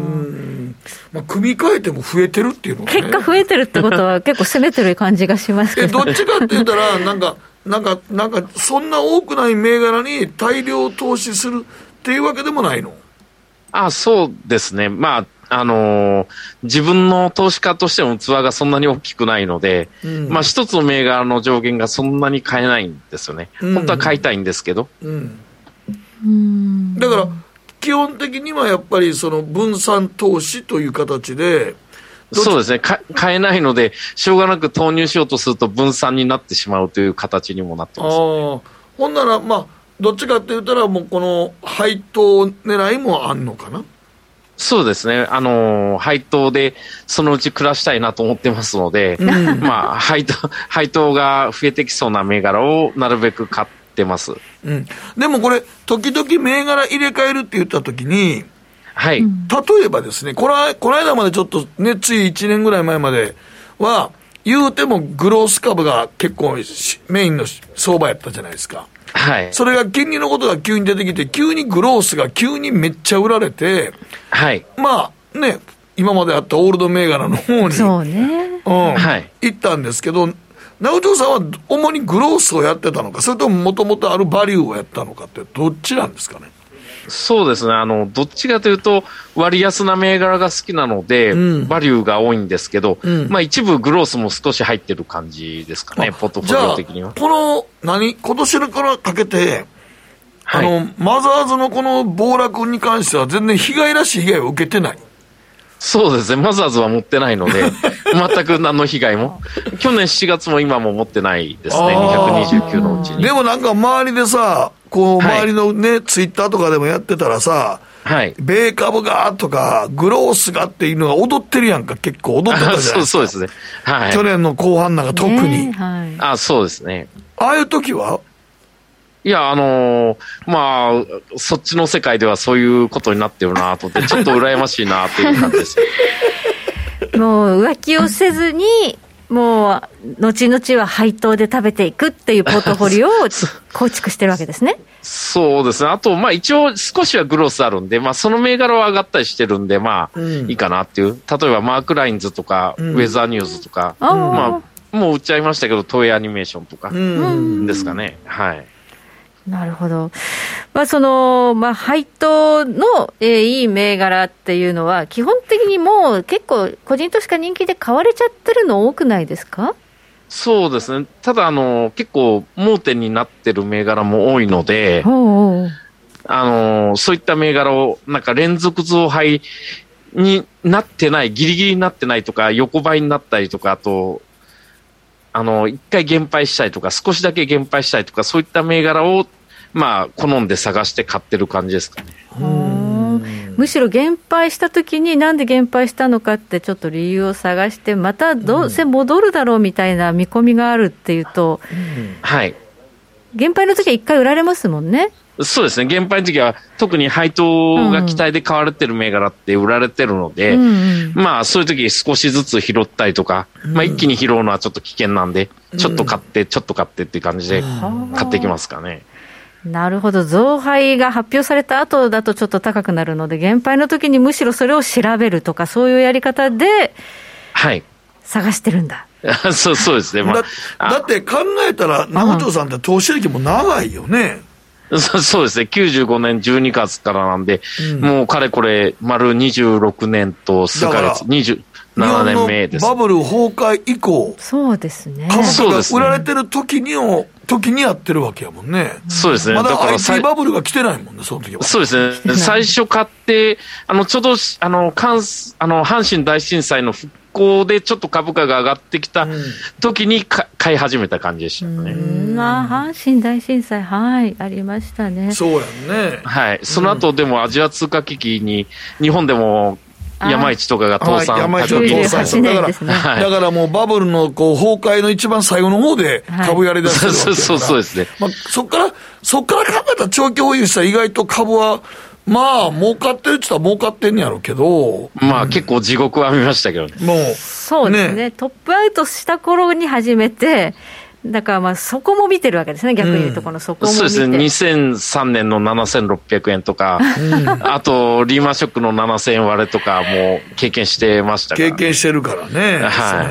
まあ、組み替えても増えてるっていうのは、ね、 結果増えてるってことは結構攻めてる感じがしますけどえどっちかって言ったらなんかなんかなんかそんな多くない銘柄に大量投資するっていうわけでもないの？ あ、そうですね。まああのー、自分の投資家としての器がそんなに大きくないので、うん、まあ一つの銘柄の上限がそんなに買えないんですよね。うん、本当は買いたいんですけど、うんうん、 だから基本的にはやっぱりその分散投資という形で、 そうですね、か買えないのでしょうがなく投入しようとすると分散になってしまうという形にもなってます、ね。 あ、ほんならまあどっちかって言ったらもうこの配当狙いもあんのかな？ そうですね、あのー、配当でそのうち暮らしたいなと思ってますので、うん、まあ配当、配当が増えてきそうな銘柄をなるべく買ってます、 うん、でもこれ時々銘柄入れ替えるって言った時に、 はい、 例えばですね、この、この間までちょっとね、ついいちねんぐらい前までは言うてもグロース株が結構メインの相場やったじゃないですか。 はい、 それが金利のことが急に出てきて、急にグロースが急にめっちゃ売られて、 はい、 まあね、今まであったオールド銘柄の方に、 そうね、 うん、 はい、 行ったんですけど、直長さんは主にグロースをやってたのか、それとももともとあるバリューをやったのかって、どっちなんですかね。 そうですね、あのどっちかというと、割安な銘柄が好きなので、うん、バリューが多いんですけど、うん、まあ、一部グロースも少し入ってる感じですかね、ポートフォリオ的には。 じゃあ、この何、今年からかけて、はい、あのマザーズのこの暴落に関しては、全然被害らしい被害を受けてない。 そうですね、マザーズは持ってないので、全く何の被害も、去年しちがつも今も持ってないですね、にひゃくにじゅうきゅうのうちに。 でもなんか周りでさ、こう周りのね、はい、ツイッターとかでもやってたらさ、はい、米株がとか、グロースがっていうのが踊ってるやんか、結構踊ってたじゃないですか。 そうですね、はい、 去年の後半なんか特に。 はい、 あ、そうですね。 ああいう時はいや、あのー、まあ、そっちの世界ではそういうことになってるなと思って、ちょっと羨ましいなっていう感じですもう浮気をせずに、もう後々は配当で食べていくっていうポートフォリオを構築してるわけですね。 そうですね。あと、まあ一応少しはグロースあるんで、まあその銘柄は上がったりしてるんで、まあいいかなっていう。例えばマークラインズとか、うん、ウェザーニューズとか、うん、まあもう売っちゃいましたけど、東映アニメーションとかですかね。うん、はい。 なるほど。まあ、その、まあ、配当の、えー、いい銘柄っていうのは、基本的にもう結構、個人投資家人気で買われちゃってるの多くないですか？ そうですね。ただ、あの、結構、盲点になってる銘柄も多いので、 おうおう、 あの、そういった銘柄を、なんか連続増配になってない、ギリギリになってないとか、横ばいになったりとか、あと、あの、一回減配したいとか、少しだけ減配したいとか、そういった銘柄を、まあ、好んで探して買ってる感じですかね。 うん、むしろ減配したときに、なんで減配したのかって、ちょっと理由を探して、またどうせ戻るだろうみたいな見込みがあるっていうと、 うん、はい。 減配のときは一回売られますもんね。 そうですね。減配のときは、特に配当が期待で買われてる銘柄って売られてるので、うん、まあ、そういうとき少しずつ拾ったりとか、うん、まあ、一気に拾うのはちょっと危険なんで、うん、ちょっと買って、ちょっと買ってっていう感じで買っていきますかね。 なるほど。増配が発表された後だとちょっと高くなるので、減配の時にむしろそれを調べるとか、そういうやり方で探してるんだ。 はい、そうそうですね。まあ、 だ, だって考えたら直長さんって投資歴も長いよね。 そ, そうですね。きゅうじゅうごねんじゅうにがつからなんで、うん、もうかれこれ丸にじゅうろくねんと数ヶ月、にじゅうななねんめです。 バブル崩壊以降、 そうですね。 株価が売られてる時にを時にやってるわけやもんね。 そうですね。 まだ アイティー バブルが来てないもんね、その時は。 そうですね。最初買って、あの、ちょうど、あの、関あの阪神大震災の復興でちょっと株価が上がってきた時にか、うん、買い始めた感じでしたね。 うん、まあ、阪神大震災、はい、ありましたね。 そうやんね。 はい。その後、でもアジア通貨危機に、日本でも、山一とかが倒産、 山一が倒産した。だから、はい、だからもうバブルのこう崩壊の一番最後の方で株やりだしてるわけだから、はい、 そうそうですね。 まあ、そっから、そっから考えたら長期保有したら意外と株は、まあ、儲かってるって言ったら儲かってんやろうけど。 まあ、うん、結構地獄は見ましたけどね。 もう。そうですね。ね、トップアウトした頃に始めて、だからまあそこも見てるわけですね、逆に言うと、このそこも見て、うん、 そうですね、にせんさんねんのななせんろっぴゃくえんとか、うん、あとリーマンショックのななせんえん割れとかも経験してましたから、 経験してるからね、はい、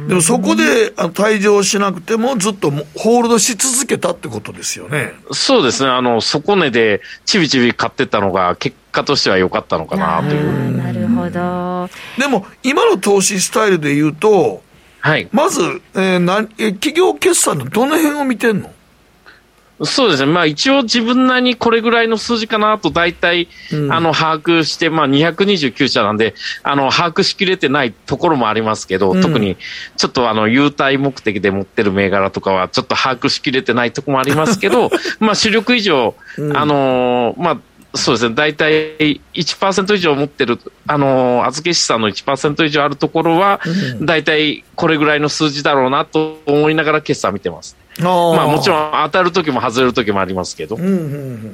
でもそこで退場しなくても、ずっとホールドし続けたってことですよね。 そうですね、あの底値でちびちび買ってたのが、結果としては良かったのかなという。 なるほど。 でも、今の投資スタイルで言うと、 はい、 まず、えー、なえ企業決算のどの辺を見てんの？ そうですね、まあ、一応自分なりにこれぐらいの数字かなと大体、うん、あの把握して、まあ、にひゃくにじゅうきゅうしゃなんであの把握しきれてないところもありますけど、うん、特にちょっとあの優待目的で持ってる銘柄とかはちょっと把握しきれてないところもありますけどまあ主力以上、うん、あのー、まあそうですね、大体 いちパーセント 以上持ってる、あの、預け資産の いちパーセント 以上あるところは、うん、大体これぐらいの数字だろうなと思いながら決算見てます。あ、まあもちろん当たる時も外れる時もありますけど。うんうんうん、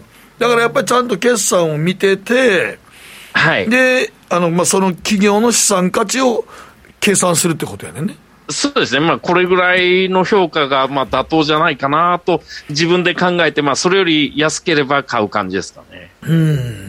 だからやっぱりちゃんと決算を見てて、 はい。 で、あの、まあ、その企業の資産価値を計算するってことやねんね。 そうですね、まあ、これぐらいの評価がまあ妥当じゃないかなと自分で考えて、まあ、それより安ければ買う感じですかね。 うん、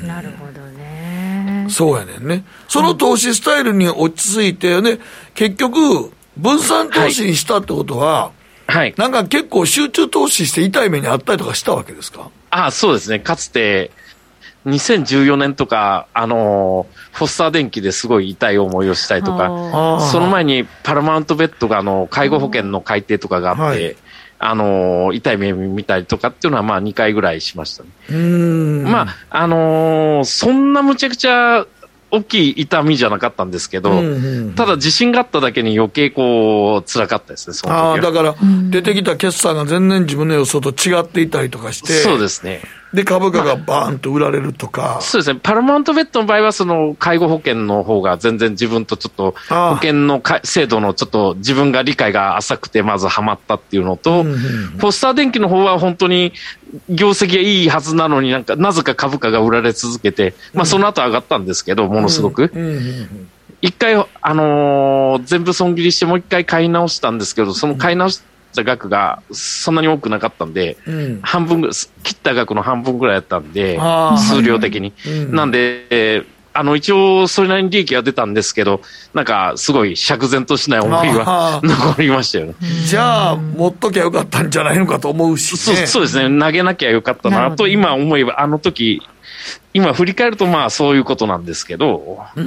なるほどね。 そうやねんね。その投資スタイルに落ち着いて、ね、結局分散投資にしたってことは、はい、なんか結構集中投資して痛い目にあったりとかしたわけですか？ ああ、そうですね。かつてにせんじゅうよねんとか、あのー、フォスター電機ですごい痛い思いをしたりとか、その前にパラマウントベッドがあの介護保険の改定とかがあって、はい、あのー、痛い目見たりとかっていうのはまあにかいぐらいしましたね。うーん、まあ、あのー、そんなむちゃくちゃ大きい痛みじゃなかったんですけど、うんうん、ただ地震があっただけに余計こう辛かったですね、その時は。 ああ、だから出てきた決算が全然自分の予想と違っていたりとかして、 そうですね。 で株価がバーンと売られるとか、まあ、 そうですね。パラマウントベッドの場合はその介護保険の方が全然自分とちょっと保険の制度のちょっと自分が理解が浅くてまずハマったっていうのと、うんうんうん、フォスター電機の方は本当に業績がいいはずなのになんかなぜか株価が売られ続けて、まあその後上がったんですけど、ものすごく。うんうんうんうん、一回、あのー、全部損切りしてもう一回買い直したんですけど、その買い直した額がそんなに多くなかったんで、うん、半分ぐらい、切った額の半分ぐらいだったんで、数量的に。はいはい、なんで、えー、あの、一応それなりに利益が出たんですけど、なんかすごい釈然としない思いが残りましたよね。 じゃあ、持っときゃよかったんじゃないのかと思うし、ね、 そう、そうですね。投げなきゃよかったなと、今思えば、あの時、今振り返るとまあそういうことなんですけど、うん、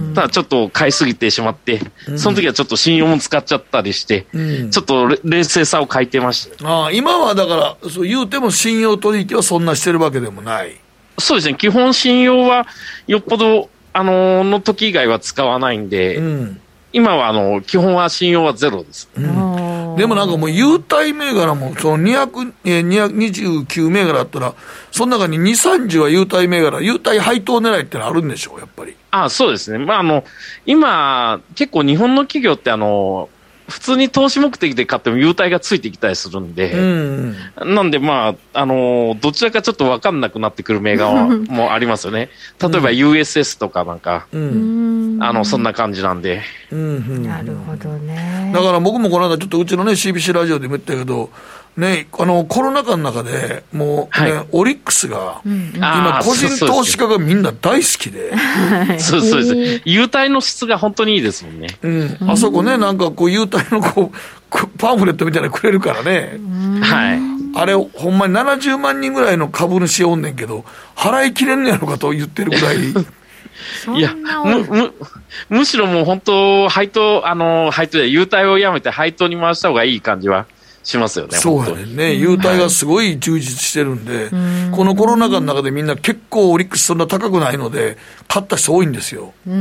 ただちょっと買いすぎてしまって、その時はちょっと信用も使っちゃったりして、うん、ちょっと冷静さを欠いてました。 ああ、今はだからそう言うても信用取引はそんなしてるわけでもない。 そうですね。基本信用はよっぽどあのー、の時以外は使わないんで、うん、今はあの基本は信用はゼロです。うん、 でもなんかもう優待銘柄もそのにひゃく、えー、にひゃくにじゅうきゅう銘柄あったらその中にに、さんじゅうは優待銘柄、優待配当狙いってのあるんでしょう、やっぱり。 ああ、そうですね。まああの今結構日本の企業ってあの普通に投資目的で買っても優待がついてきたりするんで、うんうん、なんでまあ、あのー、どちらかちょっと分かんなくなってくる銘柄もありますよね。例えば ユーエスエス とかなんか、うん、あの、そんな感じなんで。 うんうん、なるほどね。 だから僕もこの間ちょっとうちのね、シービーシー ラジオでも言ったけど、ね、あのコロナ禍の中でもう、ね、はい、オリックスが、うん、今個人投資家がみんな大好きで、 そうそうです。優待の質が本当にいいですもんね。 うん、あそこね、なんかこう優待のこうパンフレットみたいなのくれるからね、はい、あれほんまにななじゅうまんにんぐらいの株主おんねんけど払いきれんのやろかと言ってるぐらいいやむむむしろもう本当配当あの配当で優待をやめて配当に回した方がいい感じはしますよね。 そうやねんね。優待がすごい充実してるんで、うん、このコロナ禍の中でみんな結構オリックスそんな高くないので買った人多いんですよ。 うん、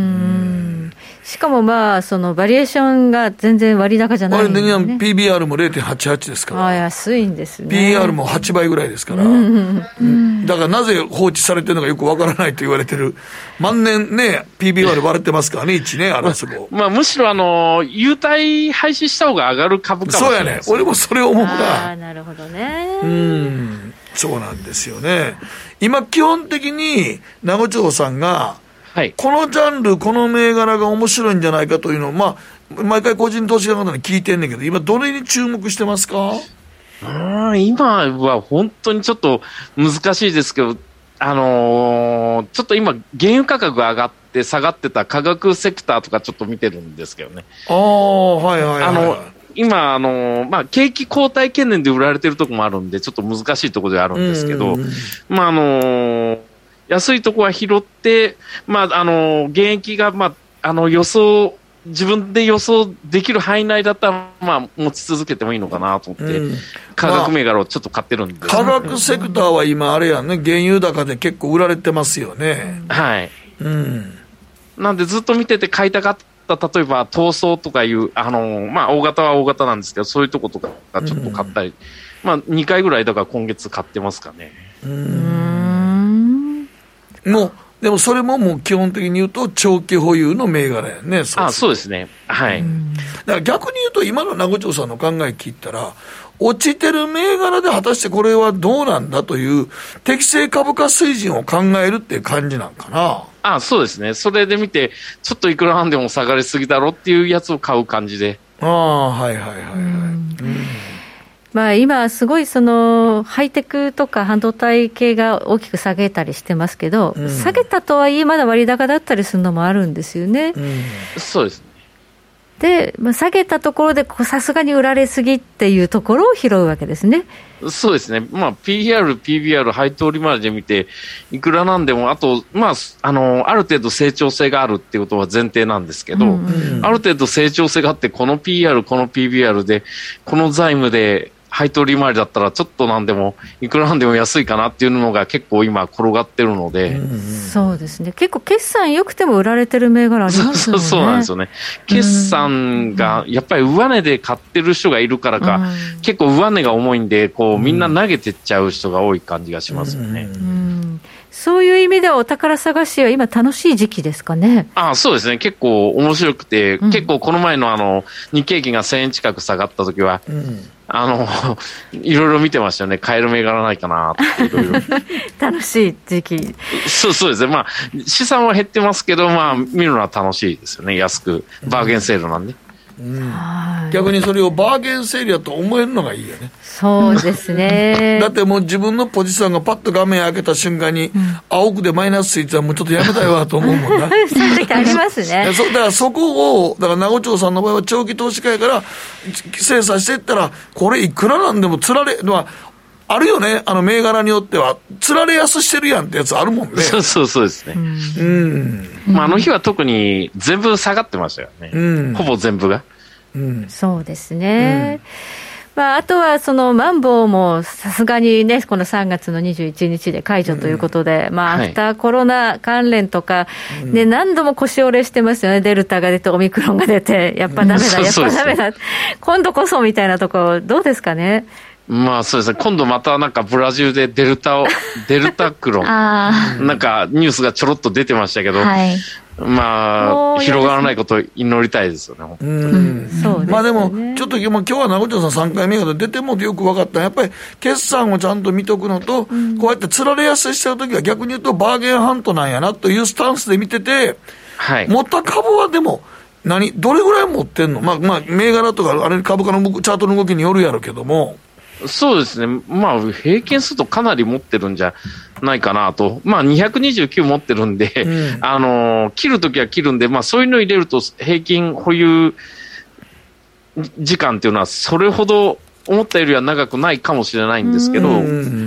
しかもまあそのバリエーションが全然割高じゃないんですね。あれね、 ピービーアール も れいてんはちはち ですから。 あ、安いんですね。 ピーイーアール もはちばいぐらいですから、うんうん、だからなぜ放置されてるのかよくわからないと言われてる。万年ね ピービーアール 割れてますからねいちね、あらそこ、 まあ、むしろあの優待廃止した方が上がる株かもしれないです。 そうやね、俺もそれを思うな。 あ、なるほどね。 うん、そうなんですよね。今基本的に名護町さんが、はい、このジャンルこの銘柄が面白いんじゃないかというのを、まあ、毎回個人投資家の方に聞いてんねんけど、今どれに注目してますか？ あ、今は本当にちょっと難しいですけど、あのー、ちょっと今原油価格が上がって下がってた化学セクターとかちょっと見てるんですけどね。 ああ、はいはいはい、はい、あの今、あの、まあ、景気後退懸念で売られてるところもあるんで、ちょっと難しいところではあるんですけど、まあ、あの、安いところは拾って、まあ、あの、現役が、まあ、あの、予想、自分で予想できる範囲内だったら、まあ、持ち続けてもいいのかなと思って、うん、化学銘柄をちょっと買ってるんで、 まあ、化学セクターは今、あれやね、原油高で結構売られてますよね。 はい。うん。なんで、ずっと見てて買いたかった。例えば闘争とかいう、あのまあ、大型は大型なんですけど、そういうとことかちょっと買ったり、うん、まあ、にかいぐらいだから今月買ってますかね。うーん、もうでもそれももう基本的に言うと長期保有の銘柄やね。 そう、あ、そうですね、はい。だから逆に言うと今の名護町さんの考え聞いたら、落ちてる銘柄で果たしてこれはどうなんだという適正株価水準を考えるっていう感じなんかな。 あ、そうですね。それで見てちょっといくらなんでも下がりすぎだろっていうやつを買う感じでああ、はいはいはいはい、うん、 まあ、今すごいそのハイテクとか半導体系が大きく下げたりしてますけど、うん、下げたとはいえまだ割高だったりするのもあるんですよね、 うん、そうですね。 で、まあ、下げたところでさすがに売られすぎっていうところを拾うわけですね。 そうですね、まあ、ピーアール、ピービーアール、配当利回りで見ていくらなんでもあと、まあ、あのある程度成長性があるっていうことは前提なんですけど、うんうん、ある程度成長性があってこの ピーアール この ピービーアール でこの財務で配当利回りだったらちょっとなんでもいくらなんでも安いかなっていうのが結構今転がってるので、うんうん、 そうですね、結構決算良くても売られてる銘柄ありますよね。 そうなんですよね。決算がやっぱり上値で買ってる人がいるからか、うん、結構上値が重いんでこうみんな投げてっちゃう人が多い感じがしますよね、うんうん、 そういう意味ではお宝探しは今楽しい時期ですかね。 ああ、そうですね、結構面白くて、うん、結構この前のあの日経平均がせんえん近く下がった時は、うんあのいろいろ見てましたよね。買える銘柄ないかなっていろいろ楽しい時期。 そうそうですね。まあ資産は減ってますけど、まあ見るのは楽しいですよね。安くバーゲンセールなんで、 うんうん、逆にそれをバーゲンセールだと思えるのがいいよね。 そうですねだってもう自分のポジションがパッと画面開けた瞬間に、うん、青くでマイナスついてたらもうちょっとやめたいわと思うもんなそういう時ありますねそだからそこをだから名護町さんの場合は長期投資家やから精査していったらこれいくらなんでもつられ、まあ、あるよね、あの銘柄によってはつられ安してるやんってやつあるもんね。 そうそうそうですね、うん、まあ、あの日は特に全部下がってましたよね、うん、ほぼ全部が、 うん、そうですね、うんまあ、あとはそのマンボウもさすがにねこのさんがつのにじゅういちにちで解除ということで、うんまあ、アフターコロナ関連とか、ね、何度も腰折れしてますよね。デルタが出てオミクロンが出てやっぱダメだ、うん、やっぱダメだ、今度こそみたいなところどうですかね。 まあそうですね、今度またなんかブラジルでデルタをデルタクロンなんかニュースがちょろっと出てましたけど、はい、まあ広がらないことを祈りたいですよね。うん、うん、 そうですね。 まあでもちょっと今日は名護町さんさんかいめが出てもよく分かった。やっぱり決算をちゃんと見とくのと、うん、こうやってつられやすいしてるときは逆に言うとバーゲンハントなんやなというスタンスで見てて、はい、持った株はでも何どれぐらい持ってんの。まあまあ銘柄とかあれ株価のチャートの動きによるやろうけども。 そうですね、まあ、平均するとかなり持ってるんじゃないかなと、まあ、にひゃくにじゅうきゅう持ってるんで、うん、あの切るときは切るんで、まあ、そういうのを入れると平均保有時間っていうのはそれほど思ったよりは長くないかもしれないんですけど、うん、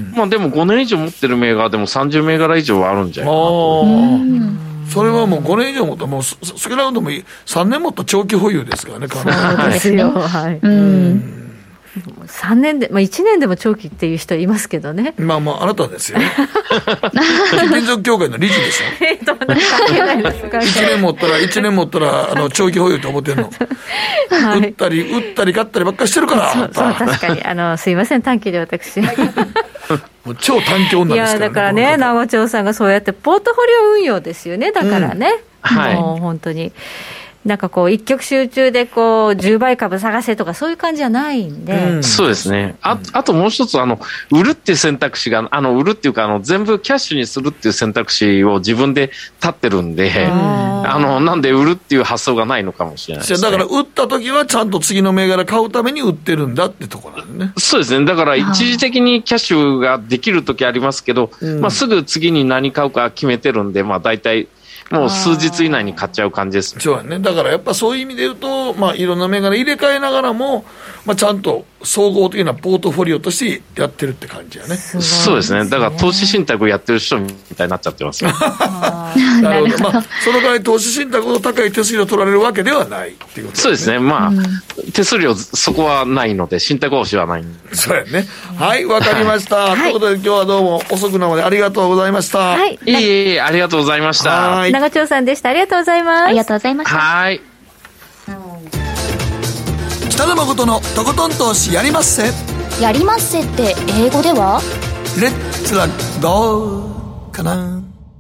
まあ、でもごねん以上持ってる銘柄でもさんじゅう銘柄以上はあるんじゃないかなと。 それはもうごねん以上持った、もう少なくともさんねん持った長期保有ですからね、かなり。 そうですよ、はい、うんさんねんで、まあ、いちねんでも長期っていう人いますけどね。 まあまああなたですよ貴金属協会の理事でしょえっと関係ないですかいちねん持ったらいちねん持ったらあの長期保有って思ってんの、はい、売ったり売ったり買ったりばっかりしてるからそうそう確かにあのすいません短期で私もう超短期女ですからね。いやだからね名護町さんがそうやってポートフォリオ運用ですよね。だからね、うん、もう本当になんかこう一極集中でこうじゅうばい株探せとかそういう感じじゃないんで、 うん、そうですね。あ、あともう一つあの売るっていう選択肢があの売るっていうかあの全部キャッシュにするっていう選択肢を自分で立ってるんで、あのなんで売るっていう発想がないのかもしれないですね。 だから売った時はちゃんと次の銘柄買うために売ってるんだってところなんね。 そうですね。だから一時的にキャッシュができる時ありますけど、うん、まあすぐ次に何買うか決めてるんで、まあ大体もう数日以内に買っちゃう感じです、ね、 そうやね。だからやっぱそういう意味で言うと、まあ、いろんな銘柄入れ替えながらも、まあ、ちゃんと総合的なポートフォリオとしてやってるって感じやね。 そうですね。だから投資信託やってる人みたいになっちゃってますなるほど。まあ、その代わり投資信託の高い手数料取られるわけではないっていうことですね。 そうですね。まあ、うん、手数料そこはないので信託投資はない。 そうやね。はい、わかりました、はい、ということで今日はどうも遅くなまでありがとうございました。 はい、 いえいえありがとうございました。 はい、長町さんでした。ありがとうございます。 ありがとうございました。 はい。 北野誠のとことん投資やりまっせ。 やりまっせって英語ではレッツはどうかな。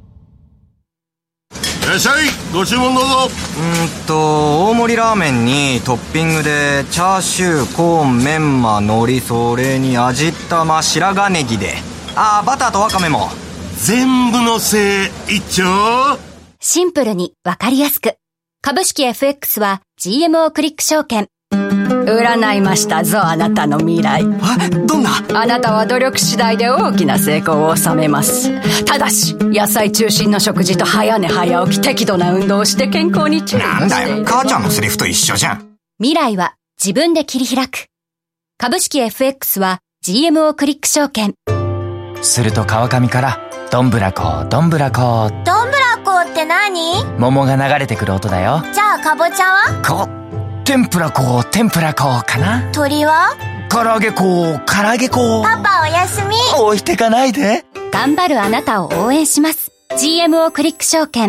いらっしゃい、ご注文どうぞ。 うんと大盛りラーメンにトッピングでチャーシュー、コーン、メンマ、海苔、それに味玉、白髪ネギで、あーバターとワカメも全部のせい一丁。 シンプルにわかりやすく。株式 エフエックス は ジーエムオー クリック証券。 占いましたぞ、あなたの未来。 え、どんな？ あなたは努力次第で大きな成功を収めます。ただし野菜中心の食事と早寝早起き、適度な運動をして健康に注意している。 なんだよ、母ちゃんのセリフと一緒じゃん。 未来は自分で切り開く。株式 エフエックス は ジーエムオー クリック証券。 すると川上からどんぶらこどんぶらこ。 どんぶらこって何？ 桃が流れてくる音だよ。 じゃあかぼちゃは？ こ天ぷらこ天ぷらこかな。 鳥は？ 唐揚げこ唐揚げこ。 パパおやすみ。 置いてかないで。 頑張るあなたを応援します。 ジーエムオー クリック証券。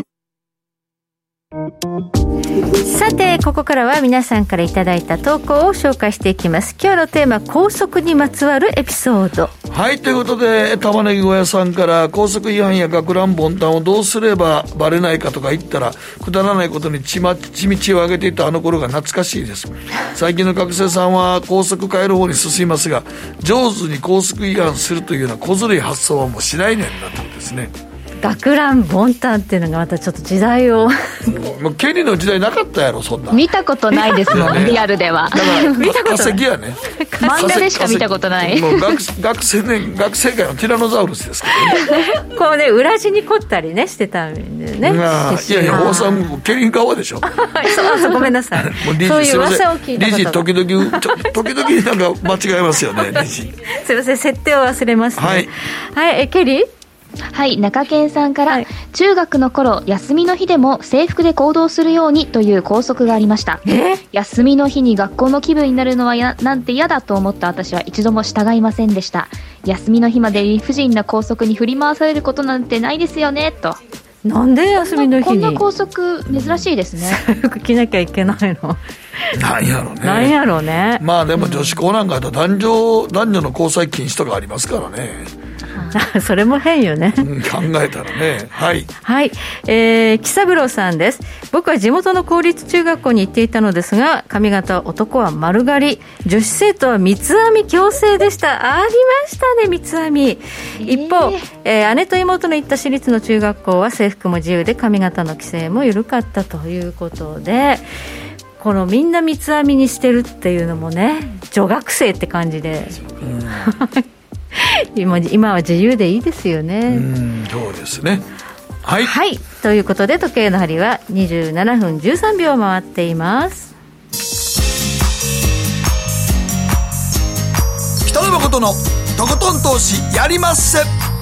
さてここからは皆さんからいただいた投稿を紹介していきます。今日のテーマ、高速にまつわるエピソード。 はい、ということで玉ねぎ小屋さんから、高速違反や学ランボンタンをどうすればバレないかとか言ったらくだらないことに血, ま血道を上げていたあの頃が懐かしいです。最近の学生さんは高速変える方に進みますが、上手に高速違反するというような小ずるい発想はもうしないねんなとですね。 学ランボンタンっていうのがまたちょっと時代をもうケリーの時代なかったやろ、そんな。 見たことないですもん、ね、リアルでは。 だから見たことない。化石やね。 漫画でしか見たことない。 もう 学, 学生ね学生界のティラノザウルスですからね。 こうね、裏地に凝ったりねしてたんでね。いやいや、大さんもケリー側でしょ。 そうそう、ごめんなさい。もう理事、そういう噂を聞いたこと。 理事時々時々なんか間違えますよね、理事。 すいません、設定を忘れますね。 はい、 はい、えケリー。 はい、中堅さんから、はい、中学の頃休みの日でも制服で行動するようにという校則がありました。休みの日に学校の気分になるのはやなんて嫌だと思った私は一度も従いませんでした。休みの日まで理不尽な校則に振り回されることなんてないですよねと。 なんで休みの日にこんな校則珍しいですね。 制服着なきゃいけないの。 なんやろうね。 なんやろうね。 まあでも女子校なんかだと男女男女の交際禁止とかありますからね。 それも変よね、 うん、考えたらね。はい、 はい、えー、木三郎さんです。僕は地元の公立中学校に行っていたのですが、髪型男は丸刈り、女子生徒は三つ編み強制でした。ありましたね、三つ編み。一方、えー、姉と妹の行った私立の中学校は制服も自由で髪型の規制も緩かったということで、このみんな三つ編みにしてるっていうのもね、女学生って感じで、うん今, 今は自由でいいですよね。 うん、そうですね。はい、 はい、ということで時計の針はにじゅうななふんじゅうさんびょう回っています。 北野誠のとことん投資やりまっせ。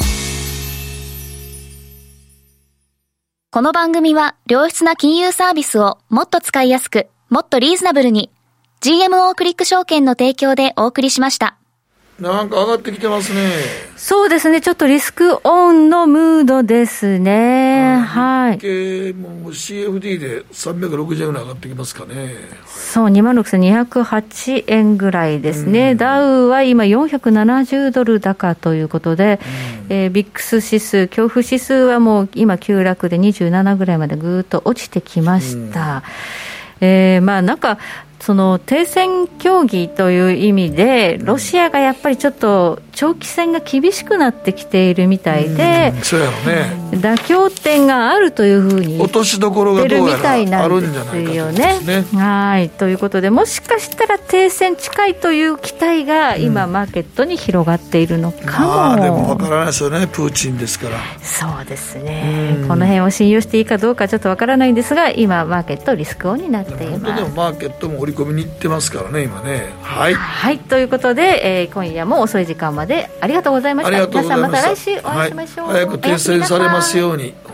この番組は良質な金融サービスをもっと使いやすく、もっとリーズナブルに ジーエムオー クリック証券の提供でお送りしました。 なんか上がってきてますね。 そうですね、ちょっとリスクオンのムードですね。はい。 日経も シーエフディー でさんびゃくろくじゅうえんぐらい上がってきますかね。 そう、にまんろくせんにひゃくはちえんぐらいですね。うん、ダウは今よんひゃくななじゅうドル高ということで、うん、えー、ビックス指数、恐怖指数はもう今急落でにじゅうななぐらいまでぐーっと落ちてきました。うん、えー、まあなんかその停戦協議という意味でロシアがやっぱりちょっと長期戦が厳しくなってきているみたいで、 うん、そうやろね、 妥協点があるというふうに落としどころがどうやらあるんじゃないかというね。 はいということで、もしかしたら停戦近いという期待が今マーケットに広がっているのかも、 まあ、でもわからないですよね、プーチンですから。 そうですね、この辺を信用していいかどうかちょっとわからないんですが、今マーケットリスクオンになっています。 本当でもマーケットも織り込みに行ってますからね今ね。はい、 はい、ということで、えー、今夜も遅い時間までありがとうございました。皆さんまた来週お会いしましょう。 はい、早く停戦されますように。